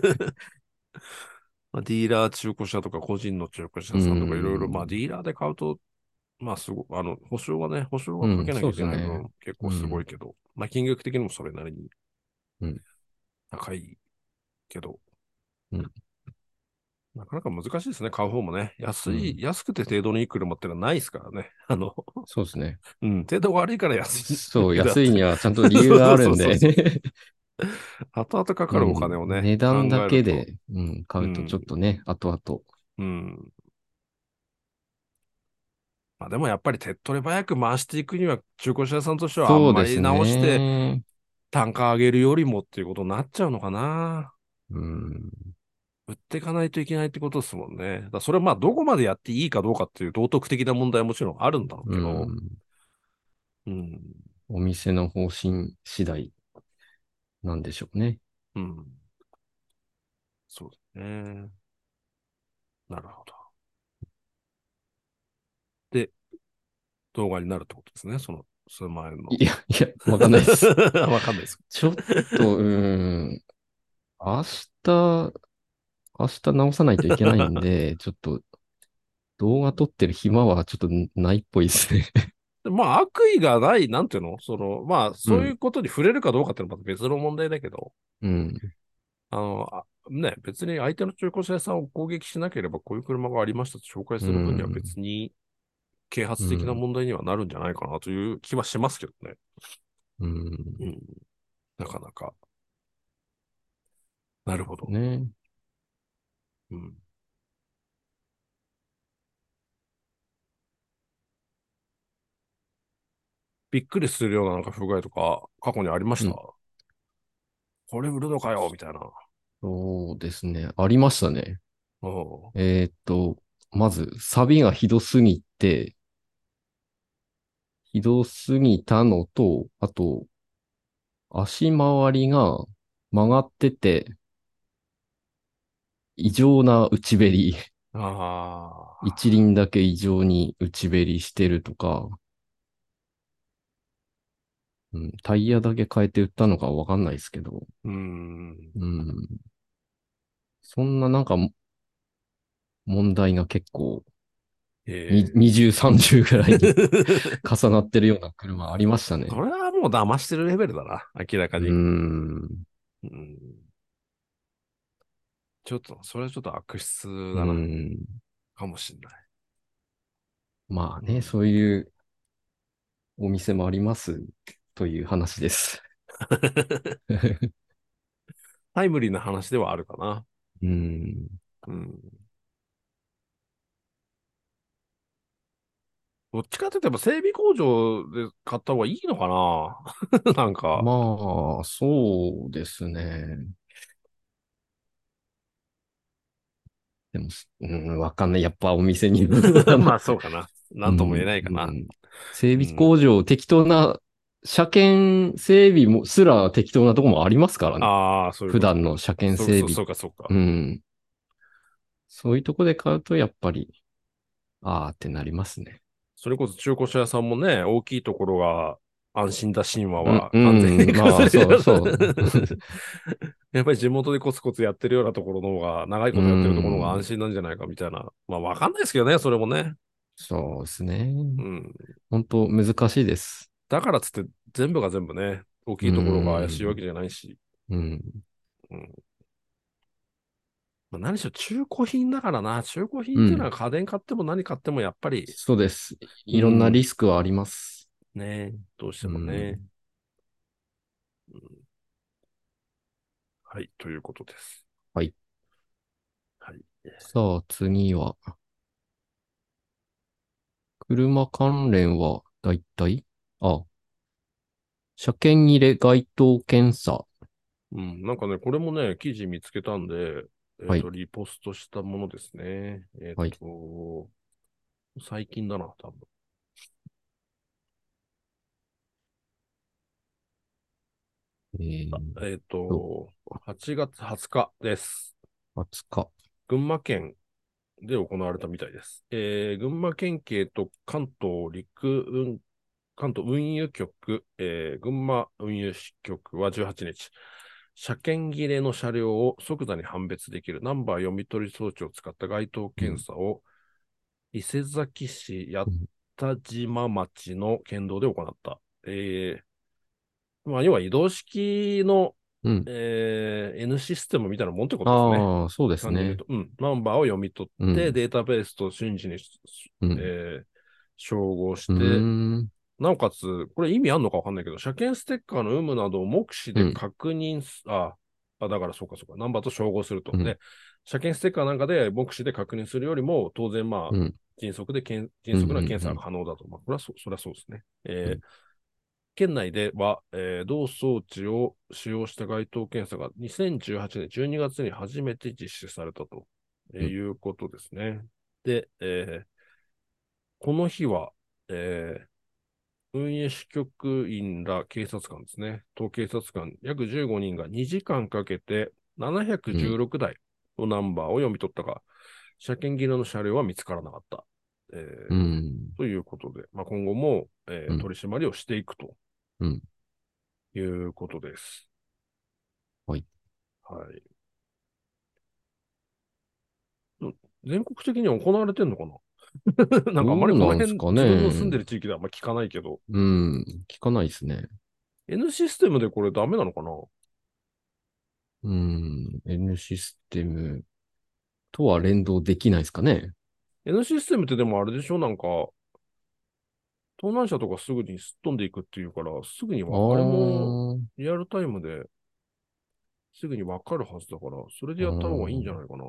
まあ、ディーラー中古車とか個人の中古車う屋さんとかいろいろ、まあん。 ディーラーで買うと、まあすごく、保証うん。 はかけなきゃいけそうですね。 ない分、結構すごうん。 いけど、まあ金額的にもそれなりにうん。 高いけど、 うん。 なかなか難しいですね、買う方もね。 うん。 安くて程度のいい車ってのはないですからね。 そうですね。 うん、程度悪いから安いだそう、 けであって。 安いにはちゃんと理由そうそうがあるんでそうそうそう。後々かかるおうん。 金をね、考値段だえると、 けで、うん、買うとちょっうん、 とね、後々。 うん。まあでもやっぱり手っ取り早く回していくには、中古車屋さんとしてはあんまりそうです直してね。 単価上げるよりもっていうことになっちゃうのかな。 うん。 売っていかないといけないってことですもんね。だからそれはまあどこまでやっていいかどうかっていう道徳的な問題はもちろんあるんだろううけど、 ん。 うん、 お店の方針次第なんでしょうね。 うん、そうですね。なるほど。で、動画になるってことですね。数万円の。 いや、いや、わかんないです。 わかんないです。 ちょっと、明日、明日直さないといけないんで、ちょっと動画撮ってる暇はちょっとないっぽいですね。 まあ、悪意がない、なんていうのまあ、 うん。 そういうことに触れるかどうかっていうのはまた別の問題だけど、 うん。 別に相手の中古車屋さんを攻撃しなければ、こういう車がありましたと紹介うする分にはん。 別に啓発的なうん。 問題にはなるんじゃないかなという気はしますけどね。 うん。 うん。なかなか。なるほど。 ね。 うん。びっくりするようななんか不具合とか過去にありました？ うん。 これ売るのかよみたいな。 そうですね。ありましたね。 うん。 まず、サビがひどすぎて、 ひどすぎたのと、あと、足回りが曲がってて、異常な内べり。 あ一輪だけ異常に内べりしてるとか、うん、タイヤだけ変えて売ったのかわかんないですけど、 ー、ん。 うん、そんななんか問題が結構え 20、30ぐらいにー、 重なってるような車ありましたね。 それはもう騙してるレベルだな。明らかうに。 ん、 うん、ちょっと、それはちょっと悪質うだな。 ん。 かもしんない。 まあね、 うん。 そういうお店もありますという話です。 タイムリーな話ではあるかな。 うん、 うん。どっちかって言ってやっぱ整備工場で買った方がいいのかな。なんか。 まあ、そうですね。でも、うん、わかんない。やっぱお店にまあそうかな。なんとも言えうん、 ないかな。 うん。整備うん。 工場、適当な、車検整備も、すら適当なとこもありますからね。 ああ、そういう普ことか。 段の車検整備。 そうか、そうか。 うん。そういうとこで買うと、やっぱり、あーってなりますね。 それこそ中古車屋さんもね、大きいところが安心だ神話うん、 はう完全にん、まあ、 崩れてそうそう。 る。やっぱり地元でコツコツやってるようなところの方が、長いうことやってるところの方が安ん、 心なんじゃないかみたいな。まあわかんないですけどね、それもね。 そうですね。 うん。 本当難しいです。 だからっつって全部が全部ね、大うきいところが怪しいわん、 けじゃないし。 うん、 うん。まあ、何しろ中古品だからな。中古品うん。 っていうのは家電買っても何買ってもやっぱり、 そうです。いろんなリうん、 スクはあります。 ね、どうしてうもね。 ん。 うん、はい、ということです。 はい。 はい。 さあ、次は、車関連は、だいたい車検入れ該当検査。 うん、なんかね、これもね、記事見つけたんで、 はい。 リポストしたものですね。 はい。 最近だな、多分。 えーと、 8月20日です。 20日。 群馬県で行われたみたいです。群馬県警と関東運輸局、群馬運輸支局は18日、車検切れの車両を即座に判別できるナンバー読み取り装置を使った該当うん。 検査を伊勢崎市八うん。 田島町の県道で行った。まあ、要は移動式の、 うん。 N システムみたいなもんってことですね。 ああ、そうですね。 単に言うと、ナンバーを読み取ってうん。 データベースと瞬時に、 うん。 えー照合しうーて、 ん。 なおかつ、これ意味あんのかわかんないけど、車検ステッカーの有無などを目視でうん。 確認す、だからそうかそうか、ナンバーと照合すると。 うん。 で、車検ステッカーなんかで目視で確認するよりも、当然うん。 迅うん。 速な検査がうん。 可能だと。まあ、これはそれはそうですね。 うん。 県内では、同装置を使用した該当検査が2018年12月に初めて実施されたと、 うん。 いうことですね。で、この日は、運輸支局員ら警察官ですね。と警察官約15人が2時間かけてうん。 716台のナンバーを読み取ったが、車検切れの車両は見つからなかった。 うん。 ということで、まあ、今後も、 うん。 取り締まりをしていくとうん。 いうことです。 はい。 はい。全国的には行われてんのかな。なんかあんまりどうこの辺、 なんすか自分の住んね。 でる地域ではあんま聞かないけど、 うん。聞かないですね。 N システムでこれダメなのかな。 うん。N システムとは連動できないですかね。 N システムってでもあれでしょ、なんか、盗難車とかすぐにすっ飛んでいくっていうから、すぐにああれもあ。 リアルタイムですぐにわかるはずだから、それであやった方がいいんじゃあ。 ないかな。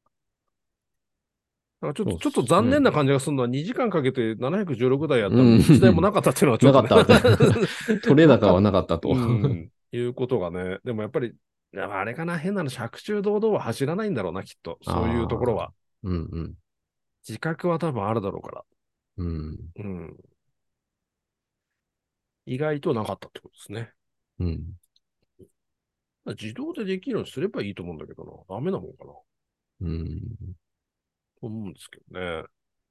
なんかそうっちょっとすね。 残念な感じがするのは2時間かけて716台やったのうに1台もん。 なかったっていうのはちょっとね。 なかったって。取れなんか、 高はなかったと。 いうことがね。でもやっぱり、あれかな、変なの、尺中堂々は走らないんだろうな、きっと。そういうところああ。 は。 うんうん。 自覚は多分あるだろうから。 うん。 うん。 意外となかったってことですね。 うん。 自動でできるようにすればいいと思うんだけどな。ダメなもんかな。とうん。 思うんですけどね。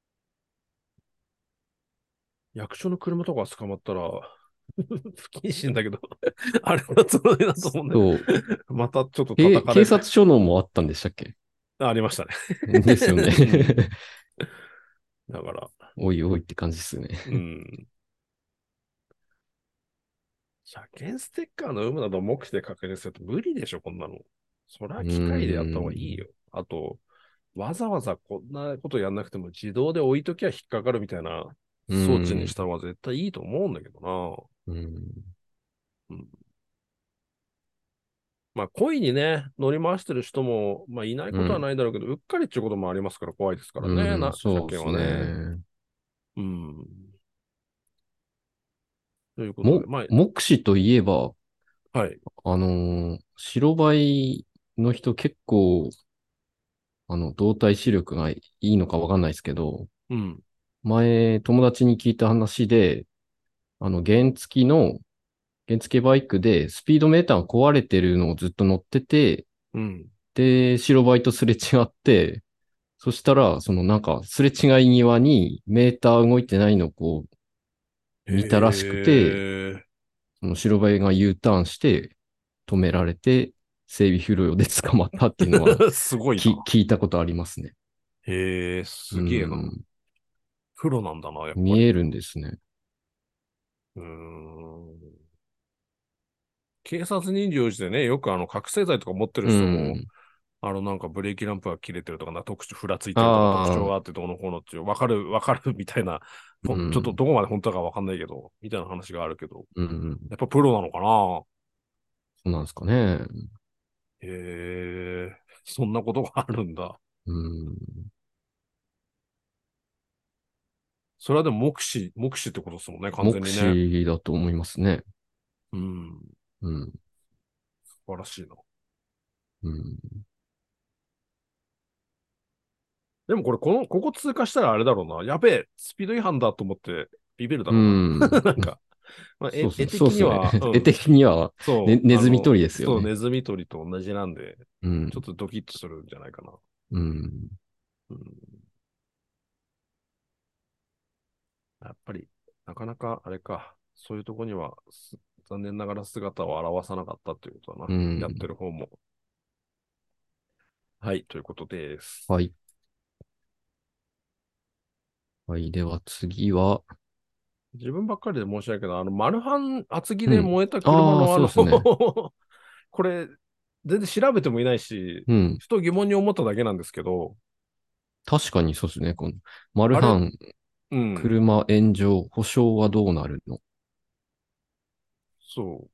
役所の車とか捕まったら不謹慎だけどあれはつもりだと思うんで、 そう。 またちょっと叩かれる。 警察署のもあったんでしたっけ？ ありましたですよね。 ねうん。だから、 おいおいって感じですよね。 うん。車検ステッカーの有無などを目視で確認すると無理でしょ、こんなの。そりうゃ機械でやった方がいいーん。 よ。あと、わざわざこんなことやんなくても自動で置いときゃ引っかかるみたいなう装置にーん。 した方が絶対いいと思うんだけどな。 うん。 うん、まあ、恋にね、乗り回してる人も、まあ、いないことはうん。 ないだろうけど、うっかりっていうこともありますから怖いですからね、 うん。 車そうです検はね。 ね。 うん。ということで、まあ、 目視といえば、 はい。 白バイの人結構、動体視力がいいのかわかんないですけど、 うん。 前、友達に聞いた話で、原付の、原付バイクでスピードメーターが壊れてるのをずっと乗ってて、 うん。 で、白バイとすれ違って、そしたら、なんか、すれ違い際にメーター動いてないのをこう、 へ見たらしくて、 え。 その白バイが U ターンして止められて、整備不良で捕まったっていうのはすごいな。 聞いたことありますね。 へえ、 うすげえな。 ん。 プロなんだな、やっぱり。 見えるんですね。 うーん。警察に乗じてね、よく覚醒剤とか持ってるう人も、 ん。 なんかブレーキランプが切れてるとか特徴、ふらついてるとか特徴ああ、 があってどうのこうのっていう、わかるみたいな、ちょっとうん。 どこまで本当かわかんないけど、みたいな話があるけど、 うん。 やっぱプロなのかな。 そうなんですかね。 へえ、そんなことがあるんだ。 うん。 それはでも目視ってことですもんね、完全目にね。 視だと思いますね。 うん、 うん。 素晴らしいな。 うん。 でもここ通過したらあれだろうな。やべえ、スピード違反だと思ってビビるだうろうな。 ん。 なんか、まあ、絵そうっすね。そうっすね。 的には、う絵ん、 的には、 そう、 ネズミ捕りですよそう、 ね。 ネズミ捕りと同じなんで、 うん。 ちょっとドキッとするんじゃないかな。 うん。 うん、やっぱり、なかなか、あれか、そういうとこには、残念ながら姿を現さなかったということだな。 うやってん。 る方も。はい、ということです。 はい。はい。では次は、 自分ばっかりで申し訳ないけど、マルハン厚木うん。 で燃えた車ああ、 のそうですね。 これ、全然調べてもいないし、 うん。 ふと疑問に思っただけなんですけど、 確かにそうですね。この、マルあれ、 ハン、 うん、 車炎上、保証はどうなるの？ そう。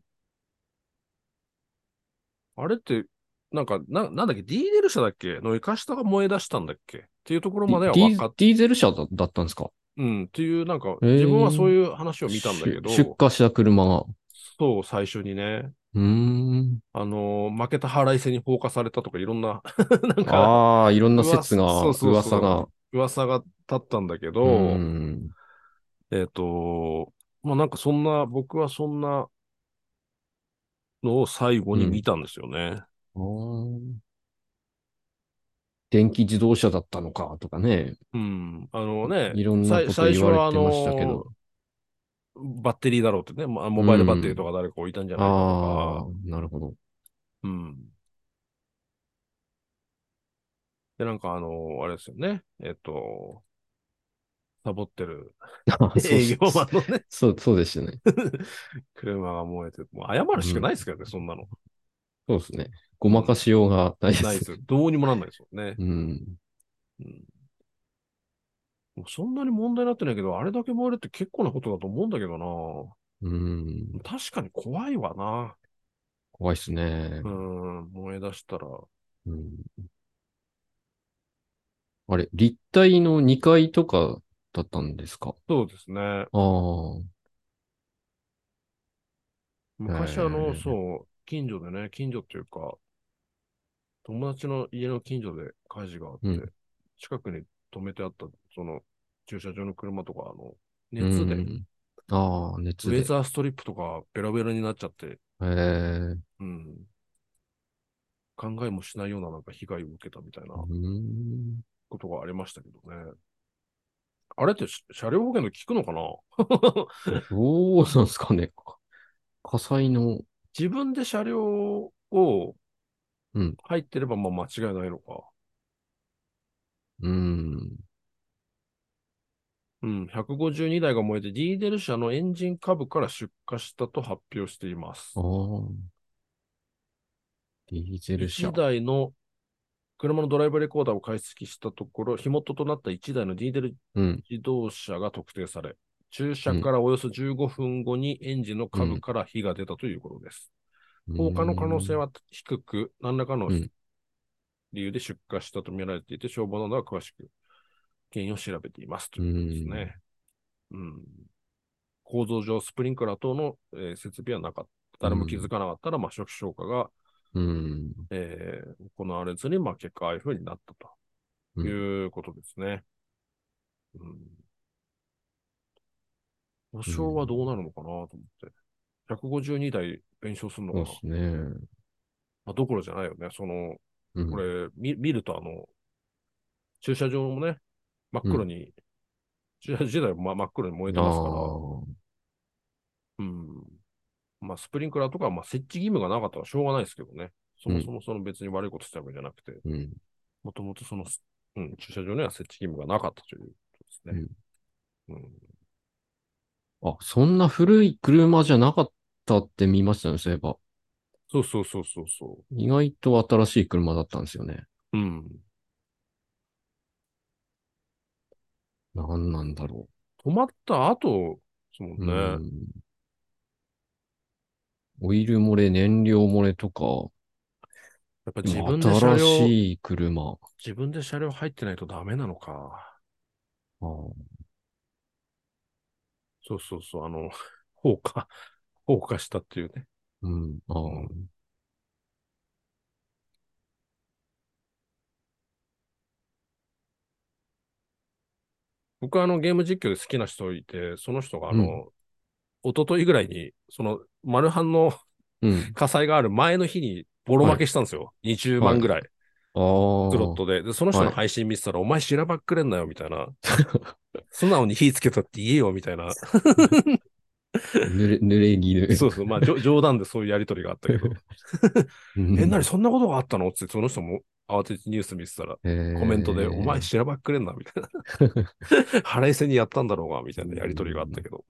あれって、なんだっけ、ディーゼル車だっけの床下が燃え出したんだっけっていうところまではディーゼル車だったんですか？ うん、っていう、 え自分はそうー、 いう話を見たんだけど、 出荷した車が。 そう、最初にね、 うーん。 負けた腹いせに放火されたとかいろんななんか、 ああ、いろんな説そうが、 そうそう、 噂が。 噂が立ったんだけうーど、 ん。 えっと、まあ、僕はそんなのを最後うん。 に見たんですよね。 あー電気自動車だったのかとかね。 うん。ね、 いろんなこと言最初はわれてましたけど。 バッテリーだろうってね、 うモバイルバッテリーとん。 か誰か置いたんじゃないかとか、 ああ、なるほど。 うん。で、あれですよね。サボってるあそう営業そうマンのねそうでしたね。 車が燃えて、もう謝るしかうん。 ないですけどね、そんなの。 そうですね。ごまかうん。 しようがないですね。 ないですよ。どうにもなんないですよね。 うん。 うん。もうそんなに問題になってないけど、あれだけ燃えるって結構なことだと思うんだけどな。 うん。 確かに怖いわな。 怖いっすね。 うん、燃え出したら。 うん。あれ、立体の2階とかだったんですか？ そうですね。 ああー、 昔ええそう、近所っていうか、友達の家の近所で火事があっうん。 て、近くに止めてあった、その駐車場の車とか、 う熱でん。 ああ、 ウ熱で。 ェザーストリップとかベロベロになっちゃって、 ええ、 うん、考えもしないようななんか被害を受けたみたいなうーん。 ことがありましたけどね。あれって車両保険で効くのかな？ どうなんですかね。火災の、 自分で車両をうん、 入ってればまあ間違いないのか。 うーん。 うん、152台が燃えてディーゼル車のエンジン下部から出火したと発表していまあす。 あ、ディーゼル車。 1台の車のドライブレコーダーを解析したところ、火元となった1台のディーゼルうん、 自動車が特定され、駐車かうん、 らおよそ15分後にエンジンの下部うん、 から火が出たということです。 うー放火の可能性ん、 は低く、何らかのうん、 理由で出火したと見られていて、消防などは詳しく原因を調べていますとういうことですん、 ね。うん、構造上、スプリンクラー等の、設備はなかった。誰も気づうん、 かなかったら、まあ、初期消火が、 うん、 行われずに、まあ、結果、ああいう風になったとうん、 いうことですね。うん、保うん。 証はどうなるのかなと思って。152台弁償するのかな？ そうですね。 まあ、どころじゃないよね。 うん、 これ、見ると駐車場もね、真っうん。 黒に、駐車場自体も真っ黒に燃えてあますから、 あ、 うん。まあ、スプリンクラーとか、まあ、設置義務がなかったらしょうがないですけどね。そうん、 もそも別に悪いことしたわけじゃなくて、 うん、 もともと駐車場には設置義務がなかったということですね。 うん。 うん。 あ、そんな古い車じゃなかったって見ましたね、そういえば。 そうそうそうそうそ意外と新しい車だったんですよね。 う。うん。 何なんだろ止まった後、そうう。うね。 ん。オイル漏れ、燃料漏れとか、 やっぱでも新しい車。 自分で車両入ってないとダメなのか。 ああ、 そうそうそう、放火、放火したっていうね。 うん、あうん。 あ、 僕はゲーム実況で好きな人いて、その人がうん、 一昨日ぐらいに、マルハンのうん、 火災がある前の日にボロ負はい、 けしたんですよ。20 はい、 万ぐらい。 ああ、 スロットで。で、その人はい。 の配信見てたら、お前しらばっくれんなよ、みたいな。素直に火つけたって言えよ、みたいな。 濡れ衣。 そうそう。まあ、冗談でそういうやりとりがあったけど。なにうん、 そんなことがあったのって、その人も慌ててニュース見てたら、コメントで、お前えしらばっくれんな、みたいな。腹いせにやったんだろうが、みたういなやりとりがあったん、 けど。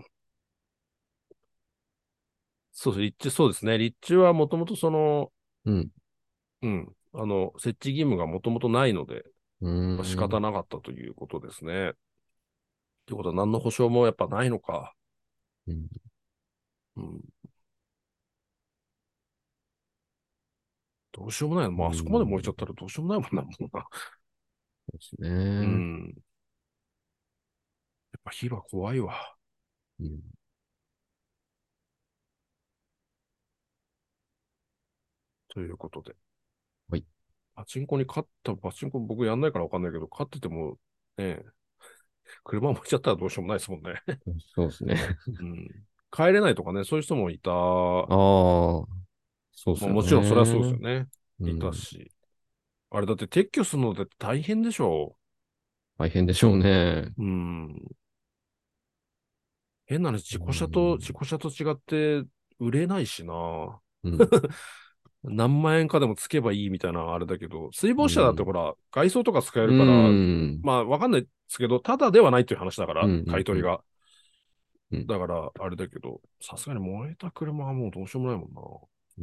そうそう、そうですね。立地はもともとうん、 うん、設置義務がもともとないので、 うまあ、仕ん、 方なかったということですね。ということは何の保証もやっぱないのか。 うん、 うん、どうしようもない。 うまあ、あそこまで燃えちゃっん、 たらどうしようもないもんな、もうな。 そうですうね。 ん。やっぱ火は怖いわ。 うん、 ということで。 はい。 パチンコ僕やんないからわかんないけど、勝ってても、ね、車燃えちゃったらどうしようもないですもんね。 そうですね。 うん。帰れないとかね、そういう人もいた。 ああ、そうですよまあもちろんそれはそうですね。 よね。いたうん。 し。あれだって撤去するのって大変でしょ大変でしょうね。 う。うん。変な話、 うん。 自己車と違って売れないしな。 うん。 何万円かでもつけばいいみたいなあれだけど、水う防車だってん。 ほら、外装とか使えうるから、 ん。 まあわかんないですけど、ただではないっていう話だから、 うん。うん。 買い取りが。 うん。 だから、あれだけど、さすがに燃えた車はもうどうしようもないもんうん。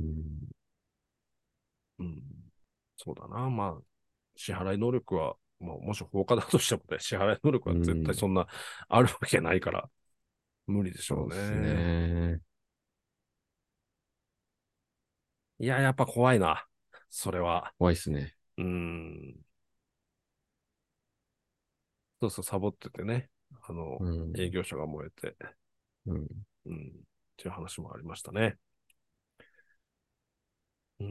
な。うん。そうだな。まあ、支払い能力は、まあ、もし放火だとしてもね、支払い能力は絶対そんなあるわけないから、無理でしょうそうですね。 ね。 いや、やっぱ怖いな。それは。 怖いっすね。 うん。そうそう、サボっててね。 うん。 営業所が燃えて、 うん。 うん。っていう話もありましたね。うん。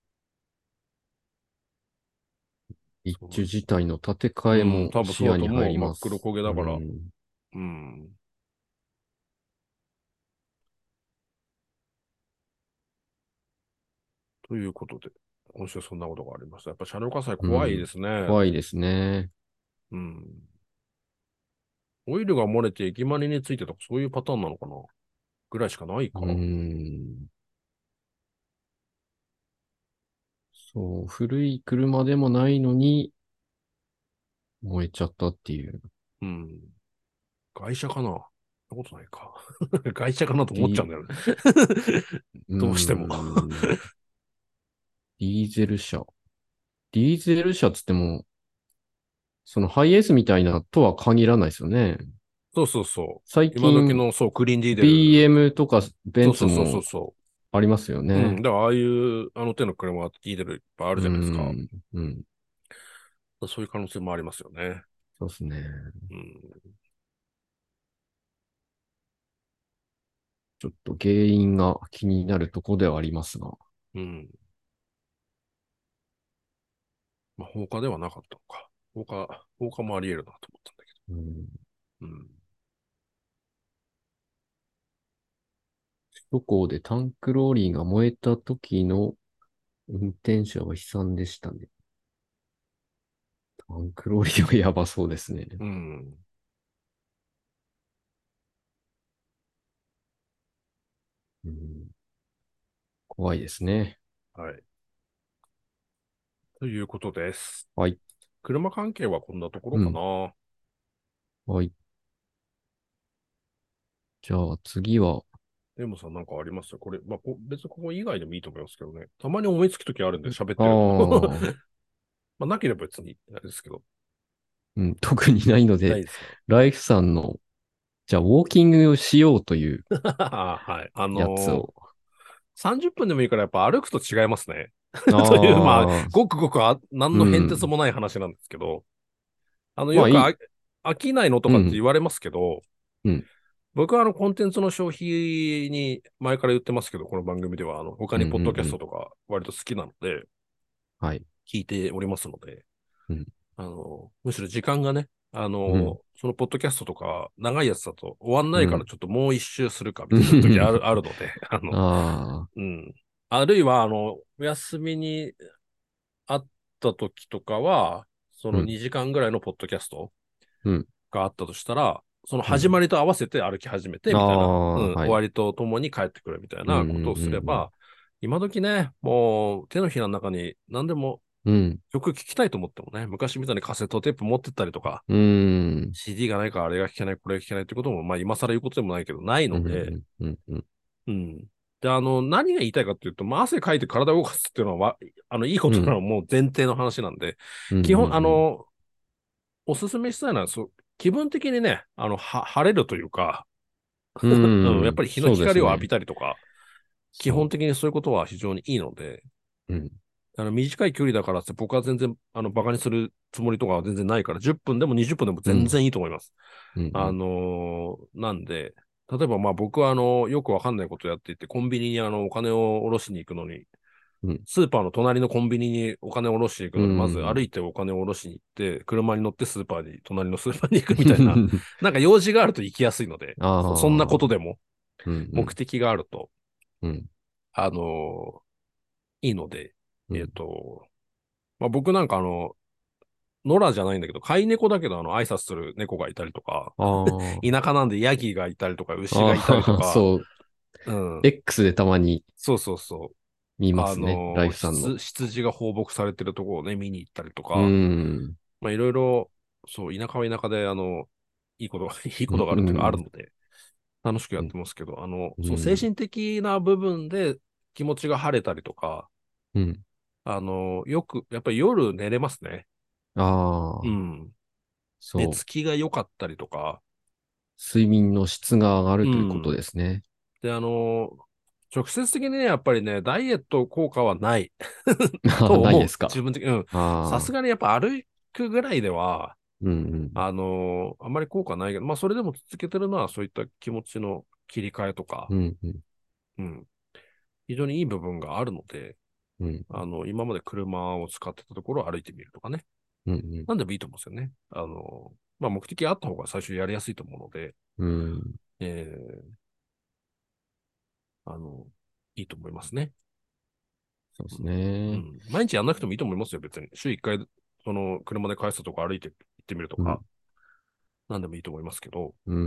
一そうです。 種自体の建て替えうん、 も多分そうだ視野に入と思う。真っ黒ります。う焦げだから。 ん。 うん。 ということで、今週そんなことがありました。やっぱ車両火災う怖いでん。 すね。 怖いですね。 うん。オイルが漏れて駅マニについてとかそういうパターンなのかなぐらいしかないうか。 ん。そう、古い車でもないのに燃えちゃったっていう。 うん。外車かなそんなことないか。外車かなと思っちゃうんディ、 だよね。 うどうしても。 ん。ディーゼル車。ディーゼル車つっても、そのハイエースみたいなとは限らないですよね。 そうそうそう。 最近、 今時の、そう、クリーンディーゼル。 BM とかベンそうそうそうそうツもそありますよう。うん。 ね。 だからああいう、あの手の車はディーゼルいっぱいあるうじゃないですか。 ん。うん。 そういう可能性もありますよね。 そうですね。 うん。 ちょっと原因が気になるとこではありますが。 うん。まあ、放火ではなかったのか。放火もあり得るなと思ったんだけうん、 ど。うん。 首都高でタンクローリーが燃えた時の運転者は悲惨でしたね。タンクローリーはやばそうですね。 うん。 うん、怖いですね。 はい。ということです。 はい。 車関係はこんなところかうん。 な。 はい。じゃあ次は、 でもさんなんかありますこれ、まあ、別にここ以外でもいいと思いますけどね。たまに思いつくときあるんで喋っあてると。 あ、 まあ、なければ別に、あれですけど。 うん、特にないので、 ないですかライフさんの、じゃあウォーキングをしようというはい。 やつを。 30分でもいいからやっぱ歩くと違いますね。という、まあ、 ああ、 ごくごく何うの変哲ん。 もない話なんですけど、よくまあいい。 飽きないのとかってうん。 言われますけど、 うん。 僕はコンテンツの消費に前から言ってますけど、この番組では、他うん。うん。 にポッドキャうん。 ストとか割と好きなので、 はい。 聞いておりますので、 うん。 むしろ時間がね、 うん。 そのポッドキャストとか長いやつだと終わんないからうん。 ちょっともう一周するかみたいな時あるので、 ああ、 うん。あるいは、お休みにあった時とかは、そのうん。 2時間ぐらいのポッドキャストうん。 があったとしたら、そのうん。 始まりと合わせて歩き始めてあみたいな、 あ、はい。 終わりとともに帰ってくるみたいうん。うなことをすれん。 ば、今時ね、もう手のひらの中に何でもうん。 曲聴きたいと思ってもね、昔みたいにカセットテープ持ってったりとか、 うん。 CD がないからあれが聴けない、これが聴けないってことも、まあ今更言うことでもないけど、ないうん。 ので、 うん。うん。 うん。で、何が言いたいかっていうと、まあ、汗かいて体を動かすっていうのは、いいことなのはもう前提の話なんで、 うん。 基本、 うん。 おすすめしたいのは、気分的にね、晴れるというか、 ううん、やっん。 ぱり日のそうですね。 光を浴びたりとか、基本そ的にそういうことは非常にいいので、 う。うん。 短い距離だからって僕は全然、バカにするつもりとかは全然ないから、10分でも20分でもうん。 全然いいと思います。 うん。 なんで、例えばまあ僕はよくわかんないことをやっていて、コンビニにお金を下ろしに行くのに、 うん。 スーパーの隣のコンビニにお金を下ろしに行くうのに、まず歩ん。 いてお金を下ろしに行って、車に乗って隣のスーパーに行くみたいな、なんか用事があると行きやすいので、そんなこああ、 とでもうん。 目的があると、 うん。 あのいいので、 うん。 まあ、僕なんか野良じゃないんだけど、飼い猫だけど挨拶する猫がいたりとか、 あ田舎なんでヤギがいたりとか、牛がいたりとあ、ああ、 か、 そう。 うん。 X でたまにそうそうそう。 見ますね。ライフさんの。 羊が放牧されてるところをね、見に行ったりとうか、 ん。 まあいろいろ、そう、田舎は田舎で、いいことが、いいうん。 ことがあるっていうか、あるので、楽しくやってますけど、そう、精うん。 神的な部分で気持ちが晴れたりとか、 うん。 やっぱり夜寝れますね。 ああ、 うん。寝そう。 つきが良かったりとか、 睡眠の質が上がるということうん。 ですね。 で、直接的にね、やっぱりね、ダイエット効果はないああ、ないと思う。 ですか。 自分的に。うん。さああ、 すがにやっぱ歩くぐらいでは、 うん。 あんまり効果ないけど、まあそれでも続けてるのはそういった気持ちの切り替えとか、 うん。うん。 うん。非常にいい部分があるので、 うん。 今まで車を使ってたところを歩いてみるとかね。 うん。 なんでもいいと思うんですよね。まあ目的があった方が最初やりやすいと思うので、 うん。 えー、あの、いいと思いますね。 そうですうね。 ん。毎日やんなくてもいいと思いますよ、別に。週1回、車で返すとか歩いて行ってみるとうん。 か、なんでもいいと思いますけど、 うん。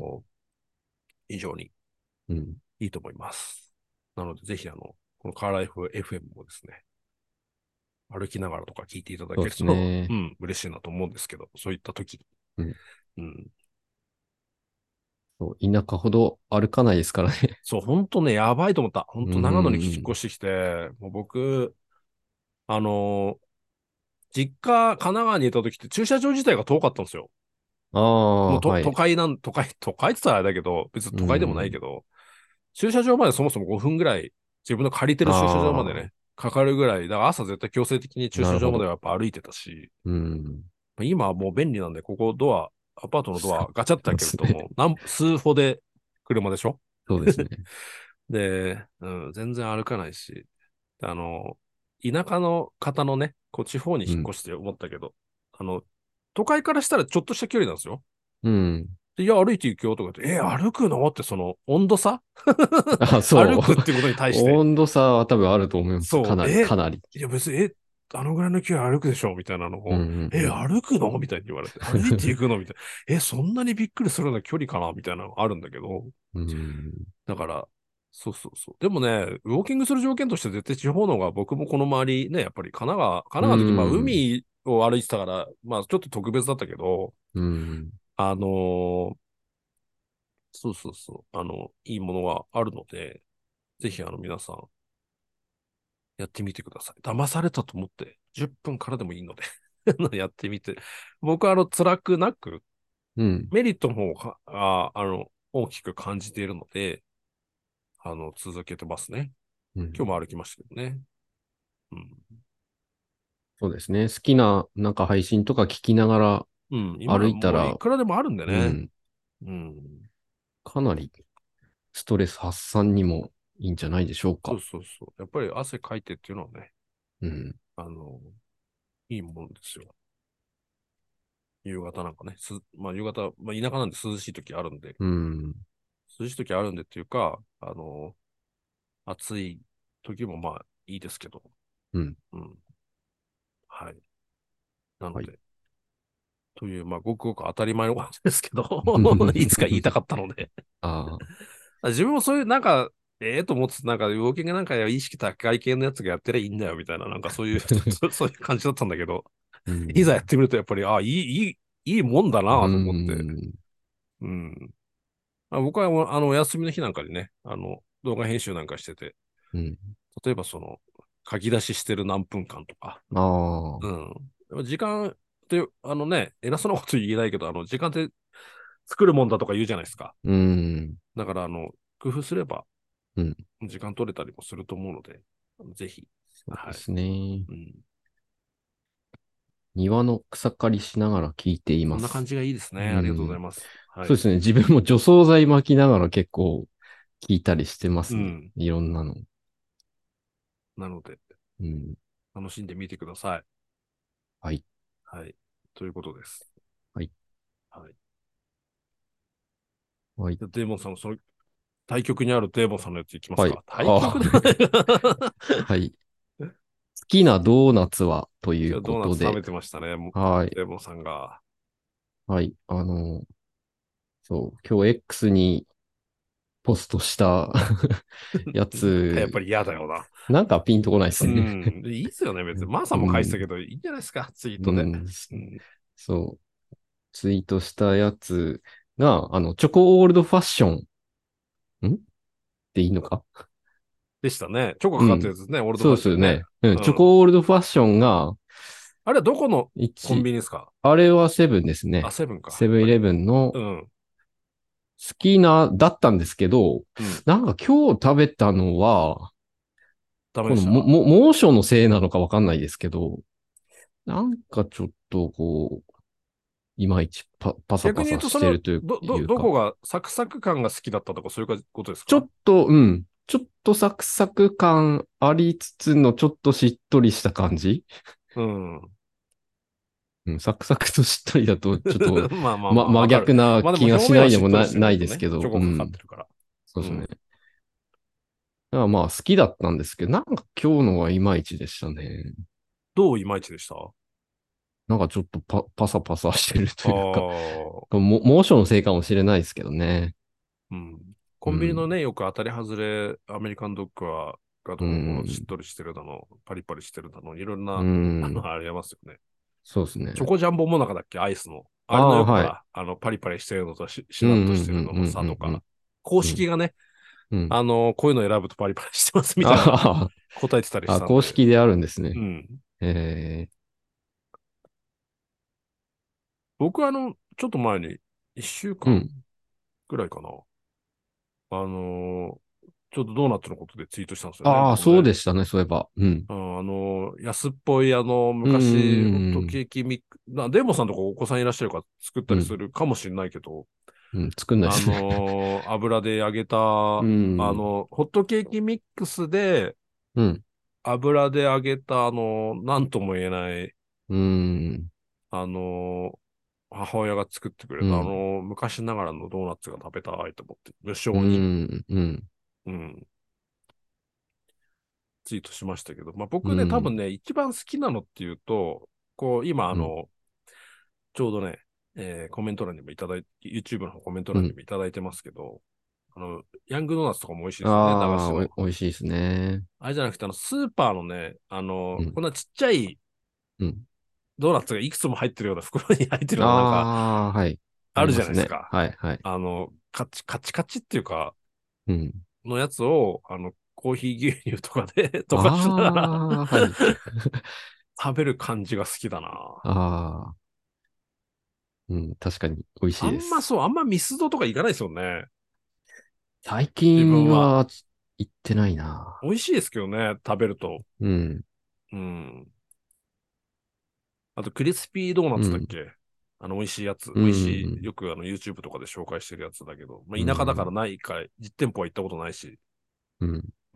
あの、非常にうん。 いいと思います。なので、ぜひこのカーライフ FM もですね、歩きながらとか聞いていただそうですけると、うね。 ん、嬉しいなと思うんですけど、そういった時に。 うん。 うん。 そう、田舎ほど歩かないですからね。 そう、本当ね、やばいと思った。本う当長野に引っん。 越してきて、もう僕、あの実家、神奈川にいた時って駐車場自体が遠かったんですよ。 ああ、 もう都はい。 会都会って言ったらあれだけど、別にう都会でもないん。 けど、駐車場までそもそも5分ぐらい、自分の借りてる駐車場までああ、 ね、かかるぐらい、だから朝絶対強制的に駐車場までなるほど。 はやっぱ歩いてたし、 うん。 今はもう便利なんで、ここアパートのドそアガチャって開うですね。 けるともう数歩で車でしょ？ そうですね。 で、うん、全然歩かないし、あの、田舎の方のね、こう地方にうん。 引っ越して思ったけど、あの、都会からしたらちょっとした距離なんですよ。 うん。 で、いや、歩いて行くよとか言って、歩くのってその温度差あ、そう。 歩くってことに対して、 温度差は多分あると思います。かそう、 なり、かなり。 いや別に、あのぐらいの距離歩くでしょみたいなのうんを、 うん歩くのみたいに言われて、歩いていくのみたいな。そんなにびっくりするような距離かなみたいなのあるんだけど、 うん。うん。 だから、そうそうそう。でもね、ウォーキングする条件として絶対地方の方が僕もこの周りね、やっぱり神う奈川の時、まあん。 海を歩いてたから、まあちょっと特別だったけど、 うん。 あのーそうそうそう、いいものがあるので、ぜひ皆さんやってみてください。騙されたと思って10分からでもいいのでやってみて。僕は辛くなく、 うん。 メリットの方が、大きく感じているので、続けてますね。 うん。 今日も歩きましたけどね。うん。 そうですね。好きな、なんか配信とか聞きながらうん。今歩はもういいたら、 くらでもあるんでね。 うん。 うん。 かなりストレス発散にもいいんじゃないでしょうか。 そうそうそう。やっぱり汗かいてっていうのはね、 うん。 あの、いいもんですよ。夕方なんかね。まあ夕方、まあ田舎なんで涼しい時あるんで、 うん。 涼しい時あるんでっていうか、暑い時もまあいいですけど、 うん。 うん。はい。なのはい。 で、という、まあごくごく当たり前の話ですけどいつか言いたかったのでああ。 自分もそういうなんか、と思って、なんか、ウォーキングなんか意識高い系のやつがやってりゃいいんだよ、みたいな、なんかそういうそういう感じだったんだけど、 うん。 いざやってみると、やっぱり、いいもんだうなと思って。 ん。 うん。僕は、お休みの日なんかにね、動画編集なんかしてて、 うん。 例えば書き出ししてる何分間とか、 ああ。 うん。時間って、偉そうなこと言えないけど、時間って作るもんだとか言うじゃないですか。 うん。 だから、工夫すれば、 うん。 時間取れたりもすると思うので、ぜひ。はい。 そうですね。 うん。 庭の草刈りしながら聞いています。 そんな感じがいいですうね。ありがとうございん。 ます。はい。 そうですね。自分も除草剤巻きながら結構聞いたりしてますね。 うん。 いろんなの。 なので、 うん。 楽しんでみてください。 はい。 はい。ということです。 はい。 はい。 はい。 でデーモンさん、対局にあるデーモンさんのやついきますはい。 か？対局あだはい。好きなドーナツはという今日ドーナツ食べことで、 てましたね。 はい。 デーモンさんが。 はい。そう、今日 X にポストしたやなんかやっぱつ、 り嫌だよな。 なんかピンとこないですうね。 ん。いいっすよね、別に。マーさんも書いてたうん。 けど、いいんじゃないですか、ツイートで。 うん。 うん。 そう。ツイートしたやつが、チョコオールドファッション、でいいのか？ でしたね。チョコかうん。 かってるやつですね。オールドそうファッションね。 ですよね。うん。チョうん。 コオールドファッションが、 あれはどこのコン 1、 ビニですか？ あれはセブンですあ、 ね。 セブンか、やっぱり。 セブンイレブンのうん。 好きな、だったんですけど、 うん。 なんか今日食べたのは、このダメでした？ 猛暑のせいなのかわかんないですけど、なんかちょっとこう、いまいちパサパサ逆に言うと、 してるというか、 どこがサクサク感が好きだったとか、そういうことですちょか？ っと、うん、ちょっとサクサク感ありつつのちょっとしっとりした感じ。 うん。 うん、サクサクとしっとりだと、ちょっと、 まあまあまあ、 真わかる。 逆なまあでも気がしないで表面はしっとりもないしてるけどね。 ですけど、 チョコかかっうん。 てるから。 そうですね。 うん。 まあ好きだったんですけど、なんか今日のはいまいちでしたね。 どういまいちでした？あなんかちょっとパサパサしてるというか、 あ、 モーションのせいかもしれないですけどね。 うん。コうん。 ンビニのね、よく当たり外れ、アメリカンドッグは、がうどうのこうのしっん。 とりしてるだの、パリパリしてるだの、いろんうな、 ん。 ありますよね。 そうですね。 チョコジャンボモナカだっけアイスの。あれのああ、はい。 よくほら、パリパリしてるのとしうんうなっとしてるののんうんうんうん差とか、公うん。 式がね、 うん。 こういうの選ぶとパリパリしてますみたいなあ答えてたりしあ、 たんで、 公式であるんですね。 うん。 え僕はちょっと前に、1週間うん。 ぐらいかな。ちょっとドーナツのことでツイートしたんですよね、 ああ、 僕もね。 そうでしたね、そういえば。うん。 安っぽいう昔、ホットん。 ケーキデーモさんとかお子さんいらっしゃるから作ったうん。 りするかもしれないけど、 うん。作んないですね。 油で揚げた、 うん。 ホットケーキミックスで、 うん。 油で揚げた、なんとも言えない、 うん。 あの、母親が作ってくれた、 うん。 昔ながらのドーナツが食べたいと思って、無う性に、 ん。うん。 うん、ツイートしましたけど、まあ、僕ね、多うん。 分ね、一番好きなのっていうと、こう、今、 うん。 ちょうどね、コメント欄にもいただいて、YouTube のコメント欄にうん。 もいただいてますけど、ヤングドーナツとかも美味しいですよね、駄菓ああ、 子の。 おいしいですね。 あれじゃなくて、スーパーのね、 うん。 こんなちっちゃいうん。 ドーナツがいくつも入ってるような袋に入ってるようななんか、 ああ、はい。ああるじゃりますね。 ないですか。 はい、はい。 カチカチっていうか、 うん。 のやつを、コーヒー牛乳とかで溶かしながらああ、はい。 食べる感じが好きだな。 ああ、うん。確かに美味しいです。 あんまミスドとか行かないですよね。 最自分は。 近は行ってないな。 美味しいですけどね、食べると。 うん。 うん。あと、クリスピードーナうん。 ツだっけ？美味しいやつ。 う美味しい。 ん。 よくYouTube とかで紹介してるやつだけど、まうあ、田舎だからん。 ないかい、実店舗は行ったことないし。 うん。 うん。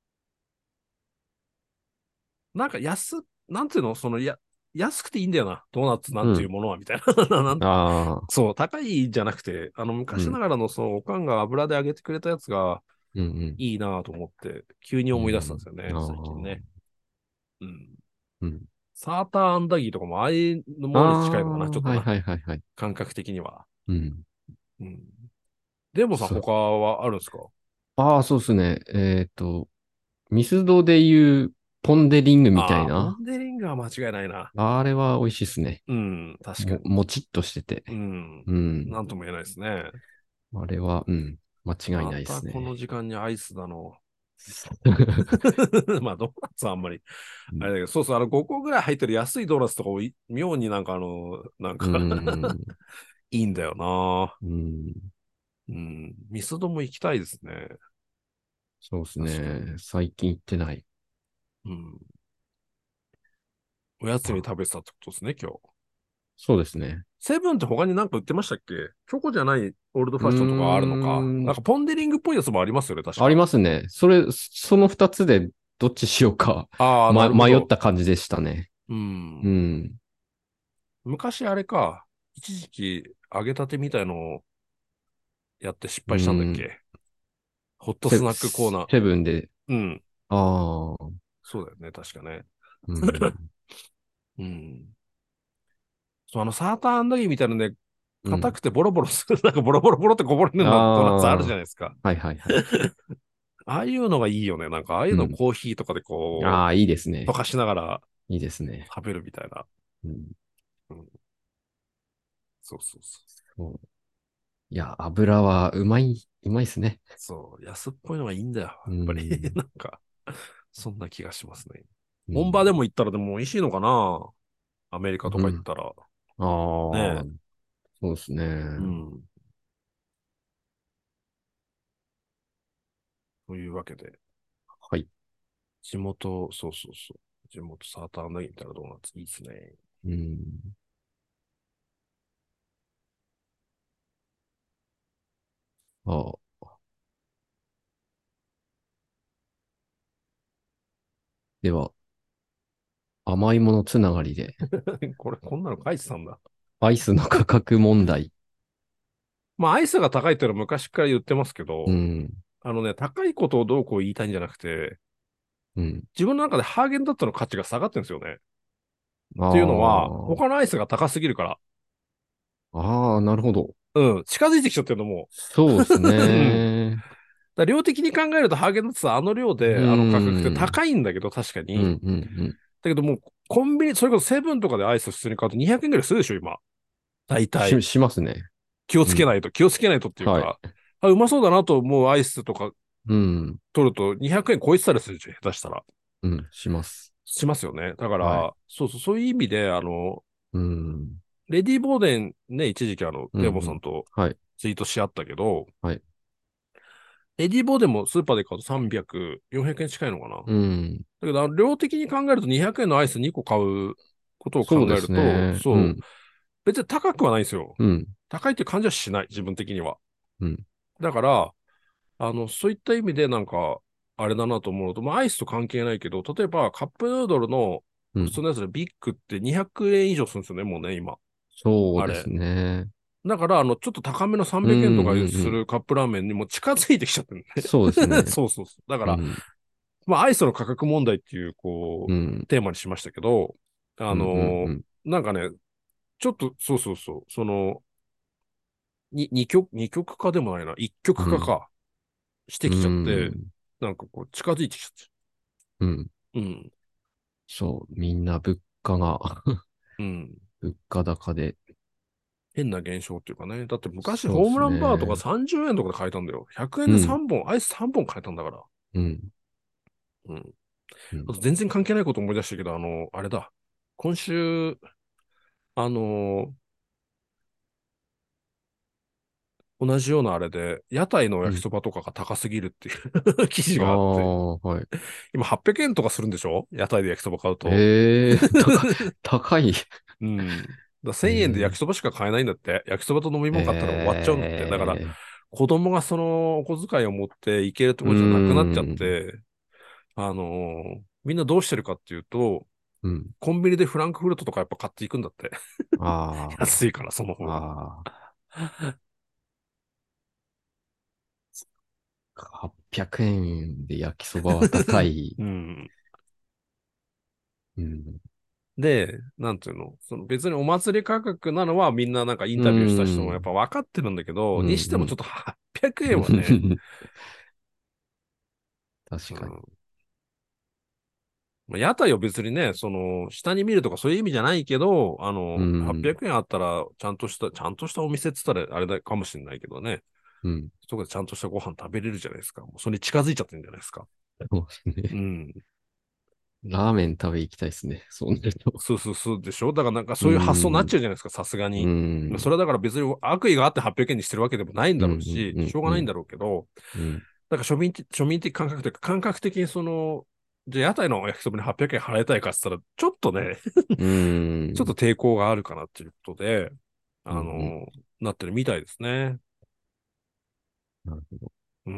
なんかなんていうの安くていいんだよな。ドーナツなんていううん。 ものは、みたいな。 ああ、 そう、高いじゃなくて、 うん。 昔ながらのそのおかんが油で揚げてくれたやつがうん。 いいなと思って、急にう思い出したんでん。 すよね、最近ね。 ああ、 うん。 うん。 サーターアンダギーとかもああいうもあのに近いのかな、ちょあ、はいっとな。 はいはいはい。 感覚的には。 うん。 うん。デーモさんそう。 他はあるんですか？ ああ、そうですね。ミスドでいうポンデリングみたいポな。 ンデリングは間違いないな。 あれは美味しいですね。 うん、確かに。 もちっとしてて。 うん。 うん。 なんとも言えないですね。 あれは、うん。間違いないでまたすね。 この時間にアイスだの。まあ、ドーナツはあんまり、 うん。 あれだけど、そうそう、5個ぐらい入ってる安いドーナツとかを妙になんうかん。 いいんだよな。 うん。 うん。ミスドも行きたいですね。 そうです確かに。 ね。最近行ってない。 うん。おやつにあ、 食べてたってことですね、今日。 そうですね。 セブンって他になんか売ってましたっけ？チョコじゃないオールドうファッションとかあるのか。 ーん。 なんかポンデリングっぽいやつもありますよね、確ありか。 ますね。その二つでどっちしようか、 ああ、なるほど。 迷った感じでしたね。 うん。 うん。 昔あれか。一時期揚げたてみたいのをやって失う敗したんだっん。 け？ホットスナックコーナー。 セブンで、 うん。 ああ、 そうだよね、確かね。 うん。 うん。そう、サーターアンダギーみたいなね、 うん。 硬くてボロボロする、なんかボロボロボロってこぼれるようなドーナツあるじゃああ、 ないですか。 はいはいはい。 ああいうのがいいよね。なんか、ああいうのうん。 コーヒーとかでああ、いいですね。 溶かしながらいいですね。 食べるみたいな。 うん。 うん、そうそうそう。 そう。いや、油はうまいですね。 そう、安っぽいのがいいんだよ。やうっぱりん。 なんか、そんな気がしますね。 うん。 本場でも行ったらでも美味しいのかな？アメリカとうん。 か行ったら。 ああ、 ねえ。 そうですね。 うん。というわけで、 はい。 そうそうそう。地元サーターアンダギーみたいなドーナツいいですね。 うん。ああ、では、甘いものつながりで、 こんなの書いてたんだ。 アイスの価格問題。 まあ、アイスが高いっていうのは昔から言ってますけど、 うん。 高いことをどうこう言いたいんじゃなくて、 うん。 自分の中でハーゲンダッツの価値が下がってるんですよね。っあていうのは、 あ。 他のアイスが高すぎるから。 ああ、なるほど。 うん、近づいてきちゃってるのも。 そうですうん。だかね。 ら量的に考えるとハーゲンダッツはあの量うであの価格ってん。 高いんだけど、確かに。 うん、うん、うん。 だけどもう、コンビニ、それこそセブンとかでアイス普通に買うと200円ぐらいするでしょ、今。大体。 しますね。 気をうん。 つけないと、気をつけないとっていうはい。 か、あ、うまそうだなと思うアイスとかうん。 取ると200円超えてたりするでしょ、下手したら。 うん。します。 しますよね。だかはい。 ら、そうそう、そういう意味で、 うん。 レディー・ボーデンね、一時期うん、 デーモンうん。 さんとはい。 ツイートし合ったけど、 はい。 レディー・ボーデンもスーパーで買うと300、400円近いのかな。だうん。 けど、量的に考えると200円のアイス2個買うことを考そうでえると、 すね。うそう、 ん。 別に高くはないんですよ。 うん。 高いっていう感じはしない、自分的には。 うん。 だから、そういった意味でなんか、あれだなと思うのと、まあ、アイスと関係ないけど、例えばカップヌードルのうん。 普通のやつでビッグって200円以上するんですよね、もうね、今。 そうですあれ。 ね。 だから、ちょっと高めのうん、 300円とかうん、うん。 するカップラーメンにも近づいてきちゃってるそうですね。 ね。 そうそうそう。だから、 うん。 まあ、アイスの価格問題っていう、こう、 うん。 テーマにしましたけど、 うん、うん、うん。 なんかね、ちょっと、そうそうそう、二極化でもないな、一極化うん。 か、してうきちゃって、 ん。 なんかこう、近づいてきちゃってうん。 る。うん。 そう。みんな物価がうん。 物価高で。 変な現象っていうかね。だって昔そうですホームランバーとかね。 30円とかで買えたんだよ。100円でうん。 3本、アイス3本買えたんだから。 うん。 うん。 うん。 あと全然関係ないこと思い出したけど、あれだ。今週、あの、同じようなあれで、屋台のうん。 焼きそばとかが高すぎるっていう記事あがあって、 あ、はい。 今800円とかするんでしょ屋台で焼きそば買うと。 ええ高い。 うん。1000円で焼きえそばしか買えないんだって。焼きそばと飲み物買ったら終わっちゃうんだって。だから、 ええ子供がそのお小遣いを持って行けるとうーころじゃなくなっちゃっん。 て、みんなどうしてるかっていうと、 うん。 コンビニでフランクフルトとかやっぱ買っていくんだって。 あ安いから、そのあ、 方が。 ああ、800円で焼きそばは高い。 うん。 うん。 で、なんていうのその別にお祭り価格なのはみんななんかインうタビューした人もやっん。 ぱ分かってるんだけど、 うん。 にしてうん。 もちょっと800円はね、 確かに。 うん。まあ屋台を別にね、下に見るとかそういう意味じゃないけど、 うん。 800円あったら、ちゃんとしたお店って言ったらあれだかもしれないけどね。 うん。 そこでちゃんとしたご飯食べれるじゃないですか。もうそれに近づいちゃってるんじゃないですか。 そうですね。 うん。 ラーメン食べ行きたいですね。そうなると。 そうそうそうでしょだからなんかうそういう発想になっん。 ちゃうじゃないですか、さすがうに。そん。 れはだから別に悪意があって800円にしてるわけでもないんだうん。 ろうし、 うん。うん。 しょうがないんだろうけど、 うん。 なんか庶民的感覚というか、感覚的にじゃあ屋台の焼きそばに800円払いたいかって言ったら、ちょっとね、 うん。 ちょっと抵抗があるかなっていうことで、 うん。うん。 なってるみたいですね。 なるほど。 うん。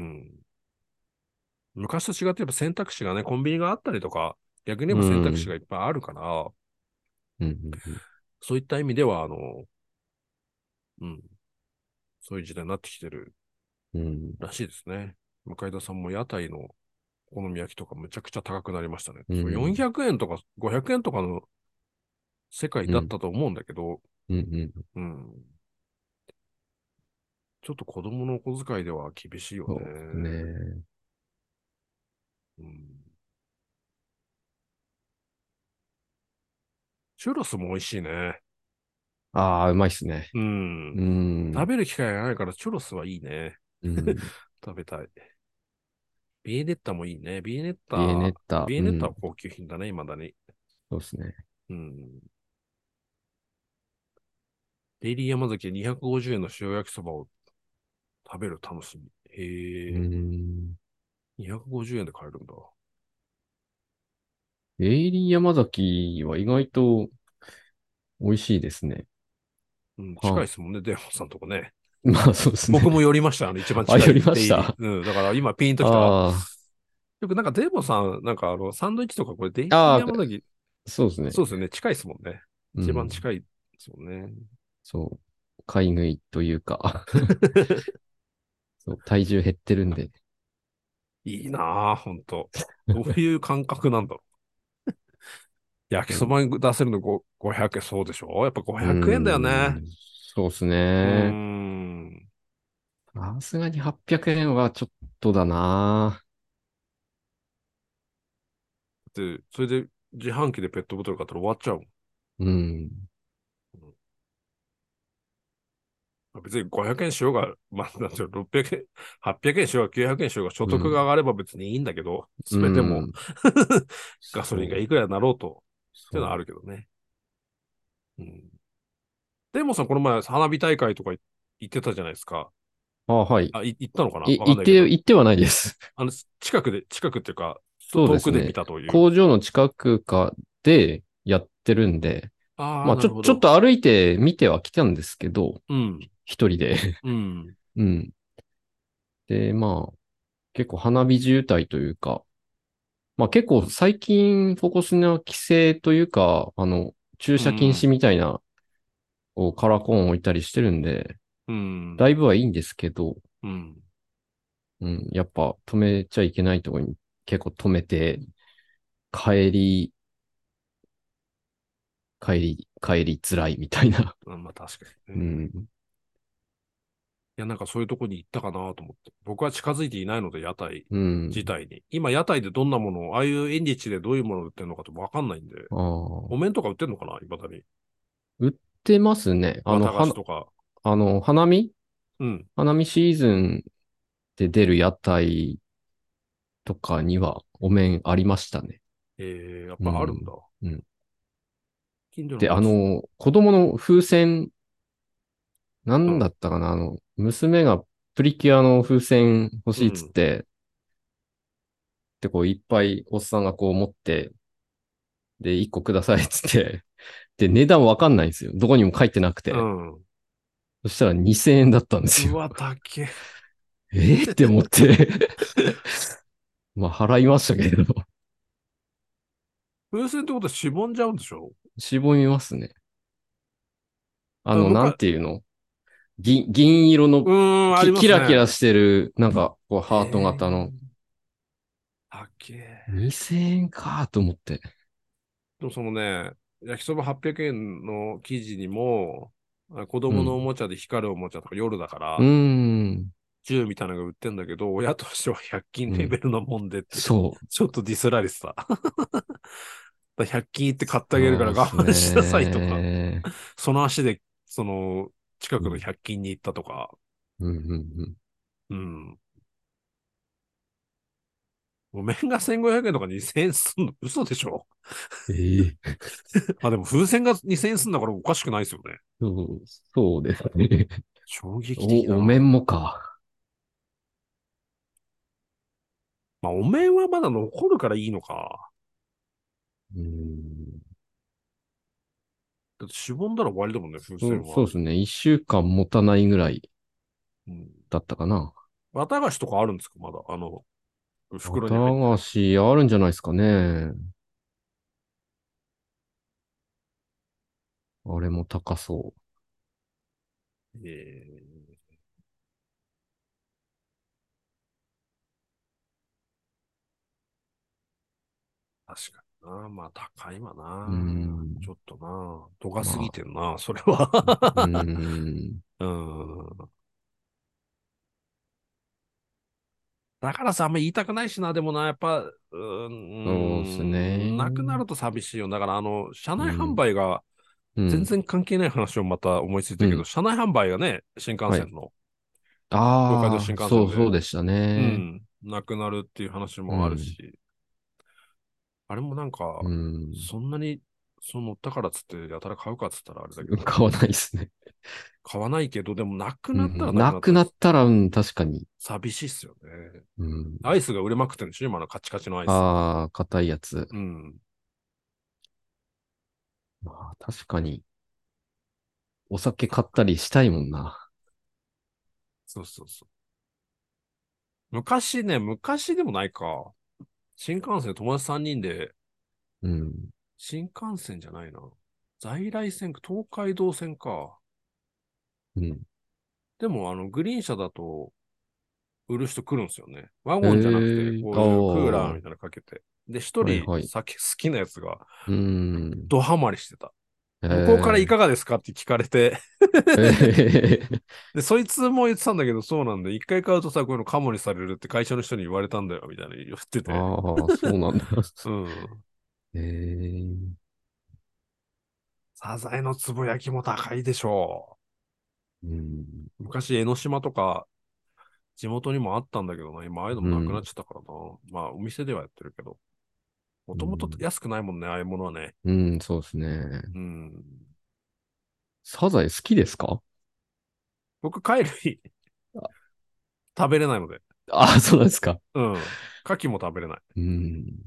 昔と違ってやっぱ選択肢がね、コンビニがあったりとか、逆に言えうば選択肢がん。 いっぱいあるから、 うん。うん。 そういった意味では、うん、そういう時代になってきてるうん。 らしいですね。向田さんも屋台のお好み焼きとかむちゃくちゃ高くなりましたね。そううん。 400円とか500円とかの世界うん。 だったと思うんだけど、 うん。 うん。ちょっと子供のお小遣いでは厳しいよね。 そうですね。 うん。チュロスも美味しいね。 ああ、うまいっすね。 うん。 うん。 食べる機会がないからチュロスはいいね。 うん。 食べたい。ビエネッタもいいね。 ビエネッタ。 ビエネッタはうん。 高級品だね、未だに。 そうですね。 うん。デイリー山崎で250円の塩焼きそばを食べる楽しみ。 うへえ。 ん。 250円で買えるんだ。 エイリー山崎は意外と美味しいですね。 うん、近いは、 ですもんね、デーモンさんとこね。 まあそうですね。 僕も寄りました、一番あ、 近寄りいデイリー。 ました。 うん、だから今ピンときた。 あよくなんかデーモンさん、なんかサンドイッチとかこれデイリーあ、ああ、 山崎、 そうですね。 そうですよね、近いですもんね。一番うん。 近いですもんね。 そう。買い食いというかそう、体重減ってるんで。 いいなぁ、ほんと。どういう感覚なんだろう。焼きそばに出せるの500円、そうでしょやっぱうー 500円だよね。 ん。そうですうーね。 ん。 さすがに800円はちょっとだな。 で、それで自販機でペットボトル買ったら終わっちゃうもん。 うん。 別に500円しようが、まあ、なんていうの、600円、800円しようが900円しようが所うん。 得が上がれば別にいいんだけど、 うそれでもん。 ガソリンがそう。 いくらになろうと、っていうのはあそう。 るけどね。うん。でもさ、この前花火大会とか行ってたじゃないですか。 あ、はい。 あ、行ったのかなわかんないけど。 言ってはないです。 近くっていうか、 そうで遠くで見すね。 たという。 工場の近くでやってるんで、 ああ、 まあちょっなるほど。 と歩いて見ては来たんですけど、 うん。 一人で。 うん。 うん。で、まあ、結構花火渋滞というか、まあ結構最近、フォコスの規制というか、駐車禁止うん。 みたいな、カラーコーン置いたりしてるんで、 うん。 だいぶはいいんですけど、 うん。 うん、やっぱ止めちゃいけないところに結構止めて、帰り、帰りづらいみたいな。 うん、まあ確かにね。 うん、 いや、なんかそういうとこに行ったかなと思って。僕は近づいていないので、屋台うん。 自体に。今、屋台でどんなものを、ああいう縁日でどういうものを売ってるのかとわかんないんで。 ああ、 お面とか売ってんのかな未だに。 売ってますね。 綿菓子とか。 花見うん。 花見シーズンで出る屋台とかにはお面ありましたね。 やっうん。 ぱあるんだ。 うん。で、 近所のおじ、 子供の風船、なんだうん。 ったかな娘がプリキュアの風船欲しいっつっうん。 て、で、こういっぱいおっさんがこう持って、で、1個くださいっつって、で、値段わかんないんですよ。どこにも書いてなくて。 うん。 そしたら2000円だったんですよ。 うわ、だけ。 って思ってまあ、払いましたけど、 風船ってことはしぼんじゃうんでしょ？ しぼみますね。なん昔、 ていうの銀色のありますね。 キラキラしてる、なんか、こう、ハート型の、 ー、だけ。 2000円かと思って。 でもそのね、焼きそば800円の生地にも、子供のおうん。 もちゃで光るおもちゃとか夜だかうーら、 ん。 銃みたいなのが売ってんだけど、親としては100均うん。 レベルなもんでって、 そちょっとディスられてた。100均行って買ってあげるから我そうです慢しなさいとか、 ね。 その足で、その、近くのうん。 100均に行ったとか、 うん、うん、うん。 うん。お面が1500円とか2000円すんの嘘でしょ？ ええ、 あ、でも風船が2000円すんだからおかしくないですよね。 そうですね。 衝撃的だな。 お面もか。 まあ、お面はまだ残るからいいのか。 うん。 だってしぼんだら終わりだもんね、風船は。 そうですね。1週間持たないぐらいうん。 だったかな。 綿菓子とかあるんですかまだ。袋綿に入ってるやつ。 菓子あるんじゃないですかね。あれも高そえ確かにな。まあ、高いわう。うな。ちん。 ょっとな。度が過ぎまあ、 てんな、それうは。 ん。 うん。だからさ、あんま言いたくないしな、でもな、やっぱ、 そうですなくなね。 ると寂しいよ。だから、車内販うん。 売が、全うん。 然関係ない話をまた思いついたけど、 うん。 車内販売がね、新幹はい。 線の、東海道新ああ、 幹線で、 そうでしたね。 なくなるっていう話もあるうん。 し、あれもなんうか、 ん。 そんなに、乗ったからっつって、やたら買うかっつったらあれだけど、 買わないですね。 買わないけど、でもなくなったらうん。 なくなくなっなったです。 たら、うん、確かに。 寂しいっすよね。 うん。 アイスが売れまくってるんでしょ今のカチカチのアイス。 ああ、硬いやつ。 うん。 まあ、確かに、お酒買ったりしたいもんな。 そうそうそう。昔でもないか。新幹線友達3人で、 うん。 新幹線じゃないな。在来線か、東海道線か。 うん。 でも、グリーン車だと、 売る人来るんですよね。ワへゴンじゃなくて、 え、あこういうクーラーあ、 みたいなのかけて。で、一人はいはい。 酒好きなやつがうーん。 ドハマりしてた。 へ向こうからいえ、 かがですかって聞かれて、 へえ、 で、そいつも言ってたんだけど、そうなんで、一回買うとさ、こういうのカモにされるって会社の人に言われたんだよ、みたいな言ってて。 ああ、そうなんだ。 うん。 へえ、 サザエのつぼ焼きも高いでしょうん、 う。昔、江ノ島とか、地元にもあったんだけどな、今、ああいうのもなくなっうん、 ちゃったからな。まあ、お店ではやってるけど。もともとうん、 安くないもんね、ああいうものはね。 うん、そうですね。 うん。 サザエ好きですか？ 僕、貝類食べれないので。 ああ、そうなんですか。 うん。牡蠣も食べれない。 うん。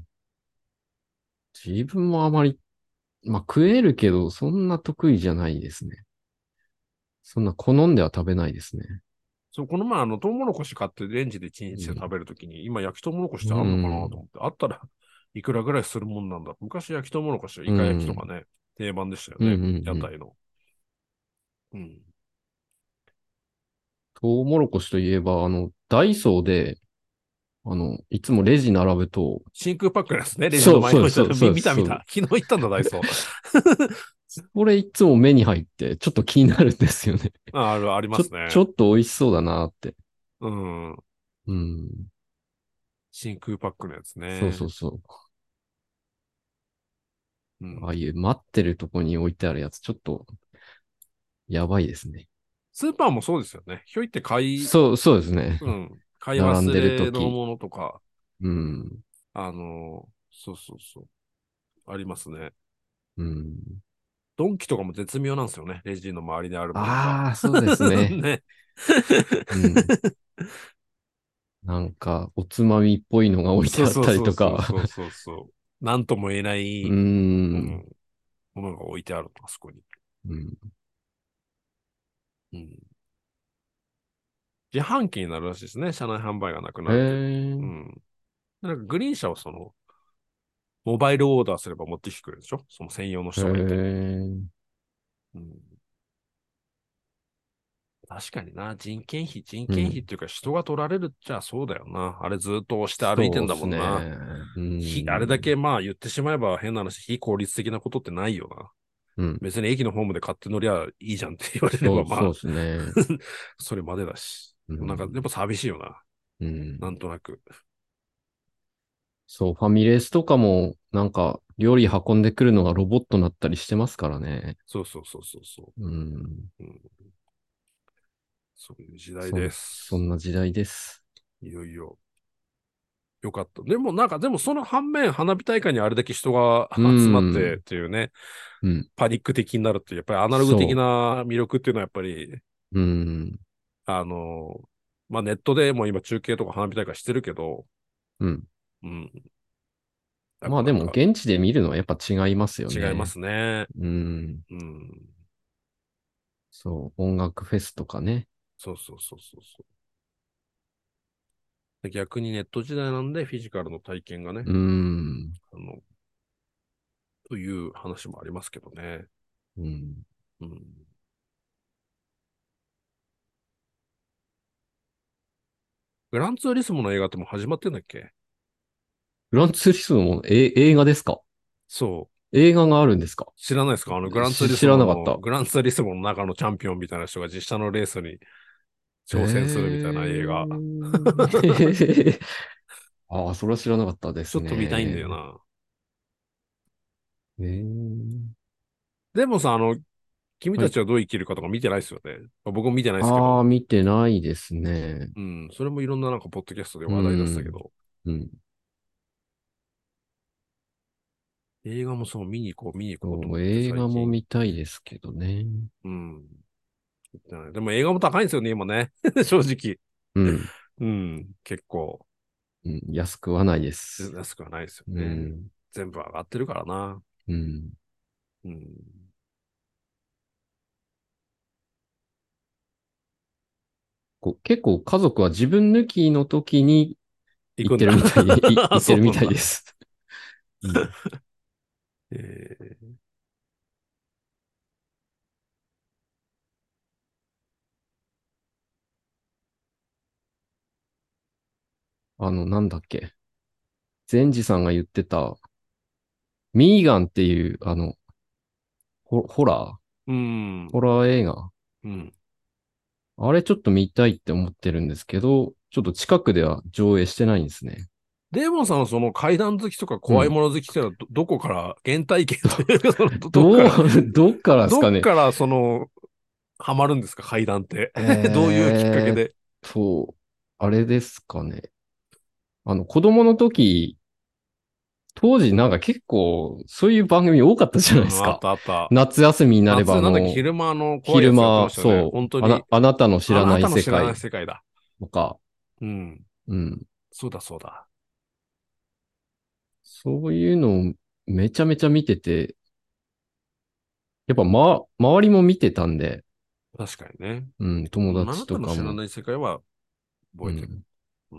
自分もあまり、まあ食えるけど、そんな得意じゃないですね。そんな好んでは食べないですね。 そう、この前、トウモロコシ買ってレンジでチンうん。 して食べるときに、今焼きトウモロコシってうあんのかなとん。 思って、あったらいくらぐらいするもんなんだ。昔焼きトウモロコシはイうカ焼きとかん。 ね、定番でしたようん。うね。 ん。うん。 屋台の。うん。 トウモロコシといえば、ダイソーで、いつもレジ並ぶと、 真空パックのやつね、レジのそう、 前に置いてある。 そうそう、そうです、 見た見た。 そう。 昨日行ったんだ、ダイソー。 これいつも目に入って、ちょっと気になるんですよね。 ありますちょね。 っと美味しそうだなって。 うん。 うん。 真空パックのやつそうそね。 うそう。 うん。 ああいう待ってるとこに置いてあるやつ、ちょっとやばいですね。 スーパーもそうですよね。ひょいってそうですね。 うん。買い並んでる忘れとき。 のものとか、 うん。 そうそうそう。ありますね。 うん。 ドンキとかも絶妙なんですよね。レジの周りにあるものが。 ああ、そうですね。 ね。 うん。なんか、おつまみっぽいのが置いてそうそうあったりそうそうとか。 そうそうそう。なんとも言えなうい、うん。 ん、ものが置いてあると、あそこに。 うん。 うん。自販機になるらしいですね。車内販売がなくへなるって。うえ。 ん。なんかグリーン車をモバイルオーダーすれば持ってきてくれるでしょ、その専用のへ人がいて。 え。 うん。確かにな。人うん。 件費っていうか人が取られるっちゃそうだよな。あれずっと押して歩いてんだもそうですんな。 ね。うあれだん。 けまあ言ってしまえば変な話、非効率的なことってないよな。 うん。 別に駅のホームで買って乗りゃいいじゃんって言われればまあ、 そうですね。 それまでだし。なんかうん。 やっぱ寂しいよな。 うん。 なんとなく。 そう、ファミレスとかも、なんか、料理運んでくるのがロボットになったりしてますからね。 そうそうそうそうそうん。 う。うん、そういう時代です。 そんな時代です。 いよいよ。よかった。でもなんか、でもその反面、花火大会にあれだけ人がう集まってっん。 ていうね、 うん。 パニック的になるっていう、やっぱりアナログ的そな魅力っていうのはやっぱり、 う。うん。 あの、まあネットでも今中継とか花火大会してるけど、 うん。 うん。やっまあでも、 ぱなんか現地で見るのはやっぱ違いますよね。 違いますね。 うん。 うん。 そう。音楽フェスとかね。 そうそうそうそうそう。で逆にネット時代なんでフィジカルの体験がね、 うん。 あの、という話もありますけどね。 うん。 うん。グランツーリスモの映画ってもう始まってんだっけ？ グランツーリスモも、映画ですか？ そう。 映画があるんですか？ 知らないですか？グランツーリス知らモの、 なかった。 グランツーリスモの中のチャンピオンみたいな人が実写のレースに挑戦するみたいな映画。 ああ、それは知らなかったでちょすっと見たいんだね。 よな。でもさ、君はい。 たちはどう生きるかとか見てないですよね。まあ僕も見てないですけああ、 ど。 見てないですね。 うん。それもいろんななんかポッドキャストでう話題になってたけん。 ど。 うん。 映画もそう、見に行こうと思そう、 って映画も最近。 見たいですけどね。 うん。行ってないでも映画も高いんですよね、今ね。正直。 うん。 うん。結構、 うん、安くはないです。 安くはないですようね。 ん。 全部上がってるからな。 うん。 うん。 結構家族は自分抜きの時に行って行くんだ。 るみたいで、 あ、 行ってるみそうなんだ。 たいです。うん。 えなんだっけ。善治さんが言ってた、ミーガンっていう、ホラーうん。 ホラー映画。 うん。 あれちょっと見たいって思ってるんですけど、ちょっと近くでは上映してないんですね。 デーモンさんはその怪談好きとかうん。 怖いもの好きっていうのはどこから原体験というか、そのどっどう、 から、 どっからですかね。 どっからその、ハマるんですか、怪談って。どういうきっかけえーっで。 あれですかね。子供の時、当時なんか結構そういう番組多かったじうん、あっゃないですか。 たあった。 夏休みになれば夏でなんだっけ、昼間怖いやつやってま昼間、 したよね。 そう、 本当に。 あなたの知あならないたの知らない世界世界だ。 とか、 うん。 うん。 そうだそうだ。 そういうのをめちゃめちゃ見てて、やっぱ周りも見てたんで、 確かにね。 うん、友うん、あ達なたとかも、 の知らない世界は覚えてる。 うん、 うん。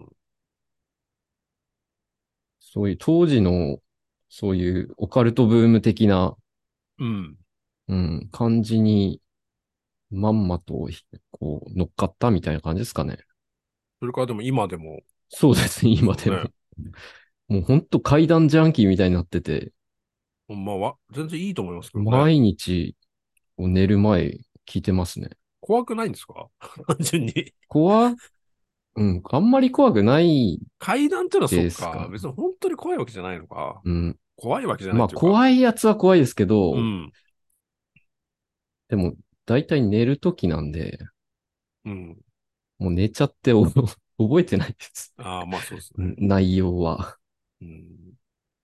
そういう当時の、そういうオカルトブーム的な、 うん。 うん、感じにまんまと、こう、乗っかったみたいな感じですかね。 それからでも今でもそうですね、今でも。 ですもんね。 もうほんと怪談ジャンキーみたいになってて、 ほんまは、全然いいと思いますけどね。 毎日寝る前聞いてますね。 怖くないんですか？単純に。 怖、うん、あんまり怖くない階段っていうのはそっか。 ですか。 別に本当に怖いわけじゃないのか。 うん。 怖いわけじゃないまあ、 っていうか。 怖いやつは怖いですけど、 うん。 でも、だいたい寝るときなんで、 うん。 もう寝ちゃって覚えてないです。 ああ、まあそうですね。 内容は。 うん。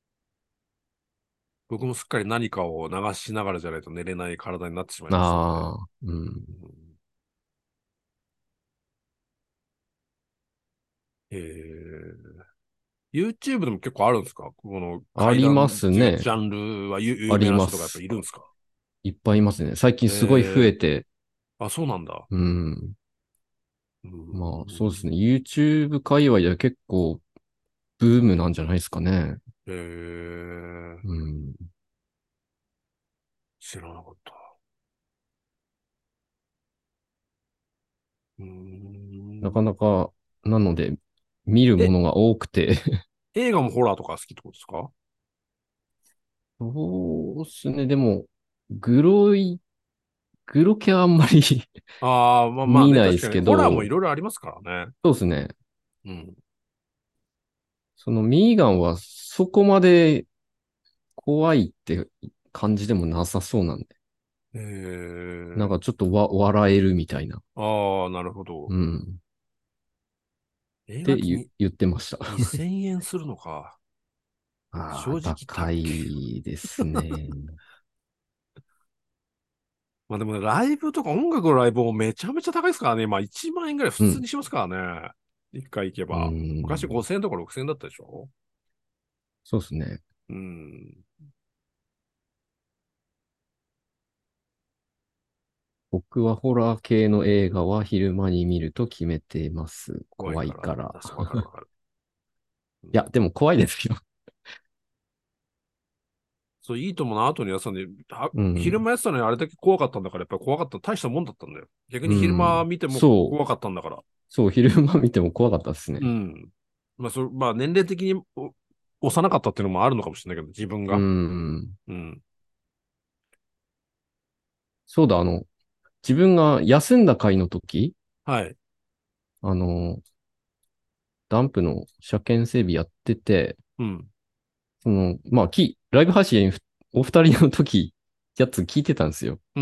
僕もすっかり何かを流しながらじゃないと寝れない体になってしまいましたんで。 ああ、うん。 うん、YouTube でも結構あるんですか、このありま階段っていうか、 すね。 ジャンルは有あり名な人とかやっぱます。 いるんですか？ いっぱいいますね。最近すごい増ええて、 あ、そうなんだ。 うん。 うまあ、そうですね。 ん。 YouTube 界隈では結構ブームなんじゃないですかね。 えー、 うん。 知らなかった。うーなかん。 なか、なので、見るもえ、 のが多くて映画もホラーとか好きってことですか？ そうですね。でも、グロい、グロ系はあんまりああー、まあまあね、 見ないです確かにホラーもけど、 いろいろありますからね。 そうですね。 うん。 そのミーガンはそこまで怖いって感じでもなさそうなんで。なんかちょっと笑えるみたいな。っああ、なるほど。 うん。って映画機に言ってました。 2000円するのか。 ああ、 正直高高い。 いですね。 まあでもね、ライブとか音楽のライブもめちゃめちゃ高いですからね。まあ1万円ぐらい普うん。 通にしますからね。一回行けうば。昔ん。 5000円とか6000円だったでしょ？ そうですね。 うん。 僕はホラー系の映画は昼間に見ると決めています。怖怖いから。 いから。 確かわかるわかる。ういや、 ん、 でも怖いですよ。 そう、いいともの後にやってたんで、 うん。 昼間やってたのにあれだけ怖かったんだから、やっぱり怖かった。大したもんだったんだよ。逆うに昼間ん。 見てもそう。 怖かったんだから。 そう、昼間見ても怖かったですね。 うん。まあ年齢的に幼かったっていうのもあるのかもしれないけど、自分うが。 ん。 うん。 そうだ、自分が休んだ回の時、 はい。 あの、ダンプの車検整備やってて、 うん。 まあ、ライブ配信お二人の時、やつ聞いてたんですよ。 うん。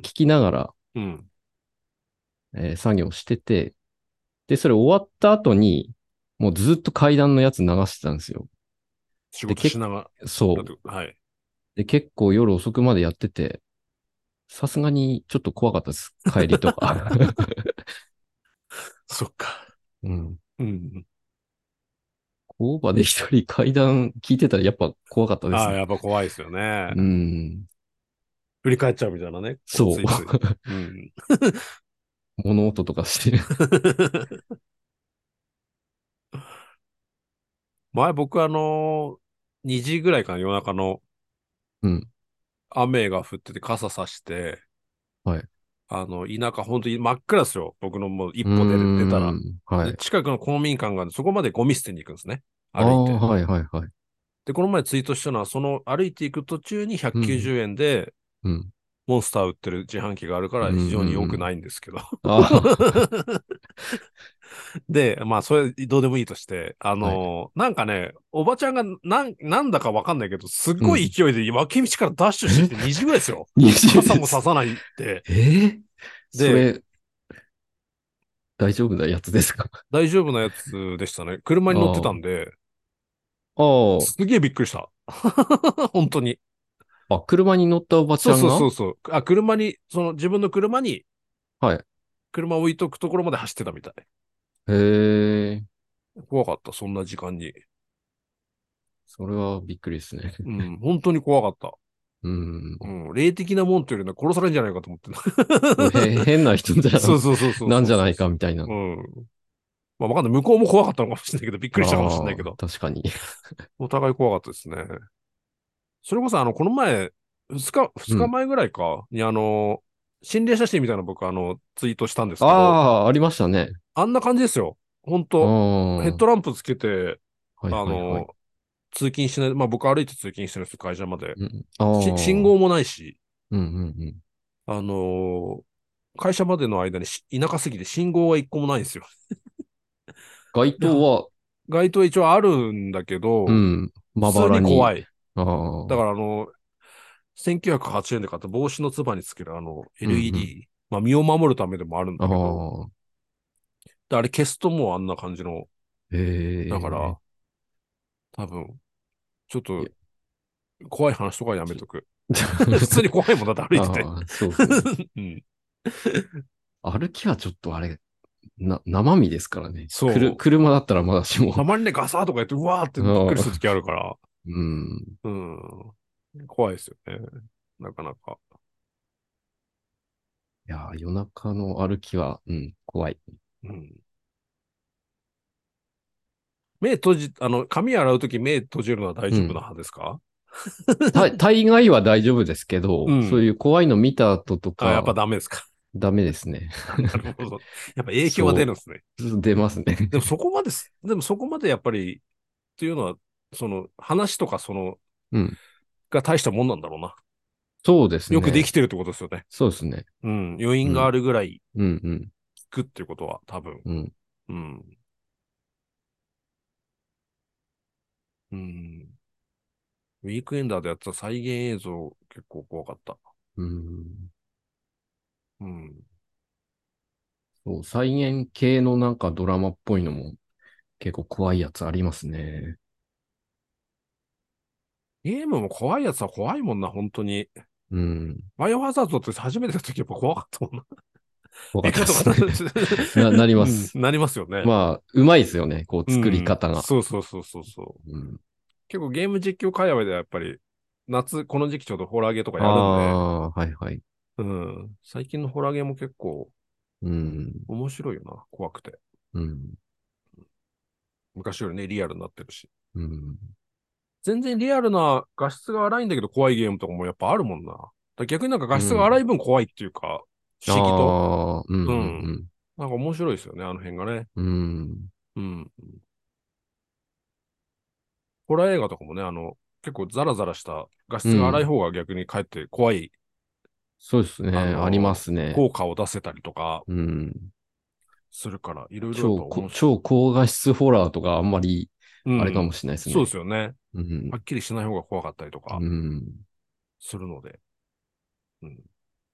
聞きながら、 うん。 作業してて、で、それ終わった後に、もうずっと階段のやつ流してたんですよ。で、 仕事しながらそう。 はい。 で、結構夜遅くまでやってて、さすがにちょっと怖かったです。帰りとか。 そっか。 うん。 うん。 工場で一人階段聞いてたらやっぱ怖かったでああ、 すね。 やっぱ怖いですよね。 うん。 振り返っちゃうみたいなね。こう、 そう。 ついつい。うん。 物音とかして。 前僕2時ぐらいかな、夜中のうん。 雨が降ってて傘さして、 はい。 田舎、本当に真っ暗ですよ。僕のもう一うー歩出たら。 ん。はで、 い。 近くの公民館があるんでそこまでゴミ捨てに行くんですね。 ああ、 歩いて。 はいはいはい。 で、この前ツイートしたのは、その歩いていく途中に190 うん。 円で、 うん。 モンスター売ってる自販機があるかうん。 ら非常に良くうん。 ないんですけど。 ああ、 で、まあ、それどうでもいいとして、 はい。 なんかね、おばちゃんがなんだかわかんないけど、すっごいうん。 勢いで脇道からダッシュしてきて2時ぐらいですよ。 20 傘です。 もささないで。 そで、 れ、大丈夫なやつですか？ 大丈夫なやつでしたね。車に乗ってたんあで、 あ、あすげえびっくりした。本当に。 あ、あ、車に乗ったおばちそうそうゃんが。 そうそう。あ、車に、自分の車に、 はい。 車を置いとくところまで走ってたみたい。 へえ、 怖かった、そんな時間に。 それはびっくりですね。 うん、本当に怖かった。 うん。 うん、霊的なもんというよりは殺されるんじゃないかと思って変な人じゃ、 そうそうそうそうなんじゃないかそうそうそみたいな。 う。うん。まあわかんない。向こうも怖かったのかもしれないけど、びっくりしたかもしれないああ、 けど、 確かに。 お互い怖かったですね。それこそこの前、二うん。 日前ぐらいかに心霊写真みたいなの僕ツイートしたんですあけど、 あ、ありましたね。 あんな感じですよ。本あ当ヘッあ、はドランプつけて、 いあはいはい。 の、通勤しない、まあ僕歩いて通勤してるんですよ、会社まで。 うん、あ信あ、 号もないし、 うんうんうん。 あの、会社までの間に田舎すぎて信号が一個もないんですよ。 街で、 灯は、 街灯一応あるんだけど、 うん、まば普通にらに。 怖い。 ああ、うんだから1980円で買った帽子のつばにつけるうん。 LED、まあ身を守るためでもあるんあだけど、 あ、 であれ消すともうあんな感じの、 へだからえ。 多分、ちょっといや、 怖い話とかはやめきとく。普通に怖いもんだって歩いてて。 ああ、そうですね。 うん。 歩きはちょっとあれ、生身ですからね。 そう。 車だったらまだしも。 たまにね、ガサーとかやって、うわーってびっくりするとああ、 きあるから、 うん。 うん。怖いですよね。なかなか。 いやー、夜中の歩きは、うん、怖い。 うん。目閉じ、髪洗うとき目閉じるのは大丈夫なうん。 派ですか？ 大概は大丈夫ですけど、そううん。 いう怖いの見た後とあ、やっぱか、 ダメですか？ ダメですね。 あ、なるほど。やっぱ影響は出るそんですね。 う、出ますね。 でもそこまでやっぱり、っていうのは、話とかうん。 が大したもんなんだろうな。 そうですね。 よくできてるってことですよね。 そうですね。 うん。余韻があうん。 るぐらいうん、うん、 聞くっていうことは、多分。 うん。 うん。うん。ウィークエンダーでやってた再現映像、結構怖かった。 うん。 うん。 そう、再現系のなんかドラマっぽいのも結構怖いやつありますね。 ゲームも怖いやつは怖いもんな、本当に。 うん。 バイオハザードって初めての時やっぱ怖かったもんな。 怖かったですね。 とかなるなりうん、 ます。 なりますよね。 まあ、うまいですよね。こう、作りうん。 方が。 そうそうそうそうそう。 うん。 結構ゲーム実況界隈ではやっぱり、夏、この時期ちょうどホラーゲーとかあやるんで、 あ、はいはい。 うん。最近のホラーゲーも結構うん。 面白いよな、怖くて。 うん。 昔よりね、リアルになってるし。 うん。 全然リアルな画質が荒いんだけど怖いゲームとかもやっぱあるもんな。逆になんか画質が荒うん。 い分怖いっていうか、不思議と。 ああ、うん、 ううん、うん。 ん。 なんか面白いですよね、あの辺がね。 うん。 うん。ホラー映画とかもね、結構ザラザラした画質が荒いうん。 方が逆にかえって怖い、 そうですね。ありますね。 効果を出せたりとかうん。 するから、いろいろやっぱ超高画質ホラーとかあんまり、あれかもうん。 しれないですそうでね。 すよね。 うん。 はっきりしない方が怖かったりとうかん。 するので。うん。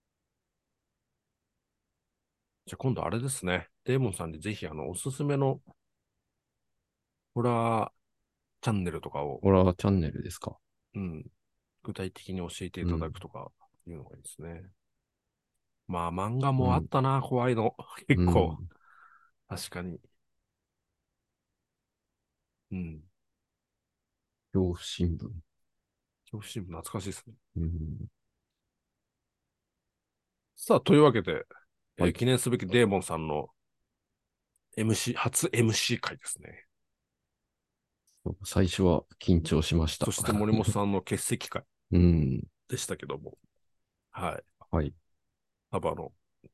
じゃあ今度あれですね。デーモンさんにぜひおすすめのホラーチャンネルとかを、 ホラーチャンネルですか？ うん、具体的に教えていただうん。 くとかいうのがいいですね。まあ漫画うん。 もあったな、怖いの。結構。 うん。 確かに。うん。 恐怖新聞。 恐怖新聞懐かしいですね。 うん。 さあ、というわけで、 はい。 記念すべきデーモンさんの 初 MC 会ですね。 最初は緊張しました。 そして森本さんの欠席会うん。 でしたけども。はい。 はい。 多分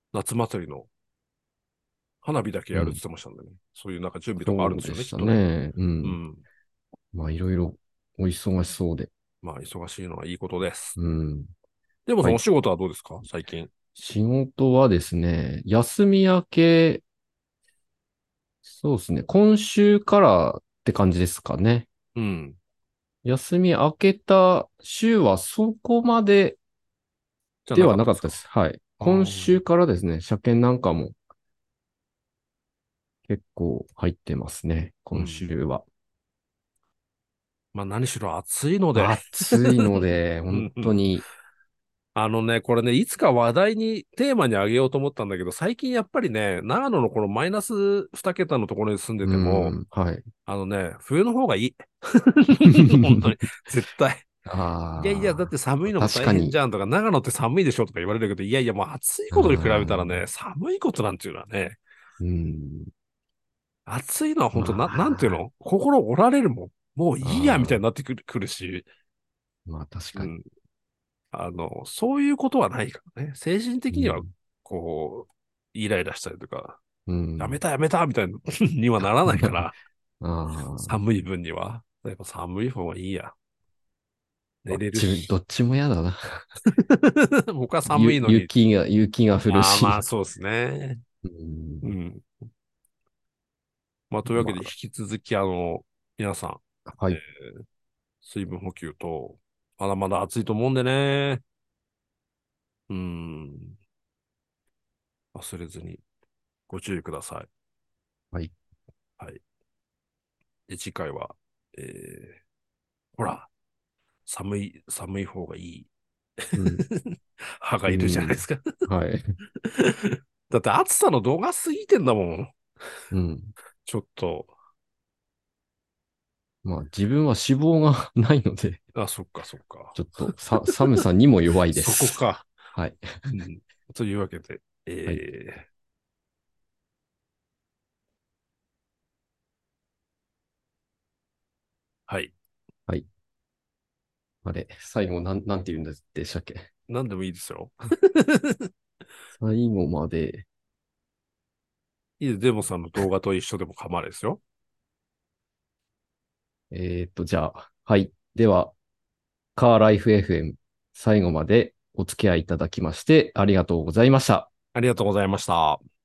夏祭りの花火だけうん。 やるって言ってましたんでね。そういうなんか準備とかあるんですよね、きっそうでしたとね。 ね。うん。 うん。 まあ、いろいろお忙しそうで。 まあ、忙しいのはいいことです。 うん。 でもそのおはい。 仕事はどうですか最近？ 仕事はですね、休み明け、そうですね、今週からって感じですかね。 うん。 休み明けた週はそこまでじゃでなかったですか？ はなかったです。はい。 あ今あ。 週からですね、車検なんかも結構入ってますね。今うん。 週は。 まあ何しろ暑いので。 暑いので、本うんうん。 当に、 これね、いつか話題に、テーマにあげようと思ったんだけど、最近やっぱりね、長野のこのマイナス2桁のところに住んでうても、 ん、はい。 冬の方がいい。本当に。絶対。いやいや、だってああ、 寒いのも大確かに。 変じゃんとか、長野って寒いでしょとか言われるけど、いやいや、もう暑いうことに比べたらん、 ね、寒いことなんていうのはね、 うん、 暑いのは本当まなんていうあ、 の心折られるもん。もういいや、みたいにあなってくるし、 まあ確かに。 うん。そういうことはないからね。精神的には、 うん、 こう、イライラしたりとか、 うん。 やめたやめたみたいなにはならないから、 あ寒い分には。やっぱ寒い方がいいや。寝れるどし。 っちも嫌だな。 僕は寒いのに。 雪が降るまあ、 し。 そうですね。 うん、 うん。まあ、というわけで、引まあ、 き続き、皆さん、 はい、 水分補給と、まだまだ暑いと思うんでね。うん。忘れずにご注意ください。 はい。 はい。で、次回は、えー、ほら、寒い方がいいうん、 歯がういるじゃないでん、 すか。 はい。 だって暑さの度が過ぎてんだもん。 うん。 ちょっと。 まあ、自分は脂肪がないので、 あ、そっかそっか。 ちょっと寒さにも弱いでそこす。 か。 はい。 うん。というわけで、 はい。 はい。 はい。あれ、最後なんて言うんでしたっけ？ 何でもいいですよ。 最後まで、 いいです。デモさんの動画と一緒でも構わないですよ。 じゃあ、はい。では、カーライフ FM、最後までお付き合いいただきまして、ありがとうございました。 ありがとうございました。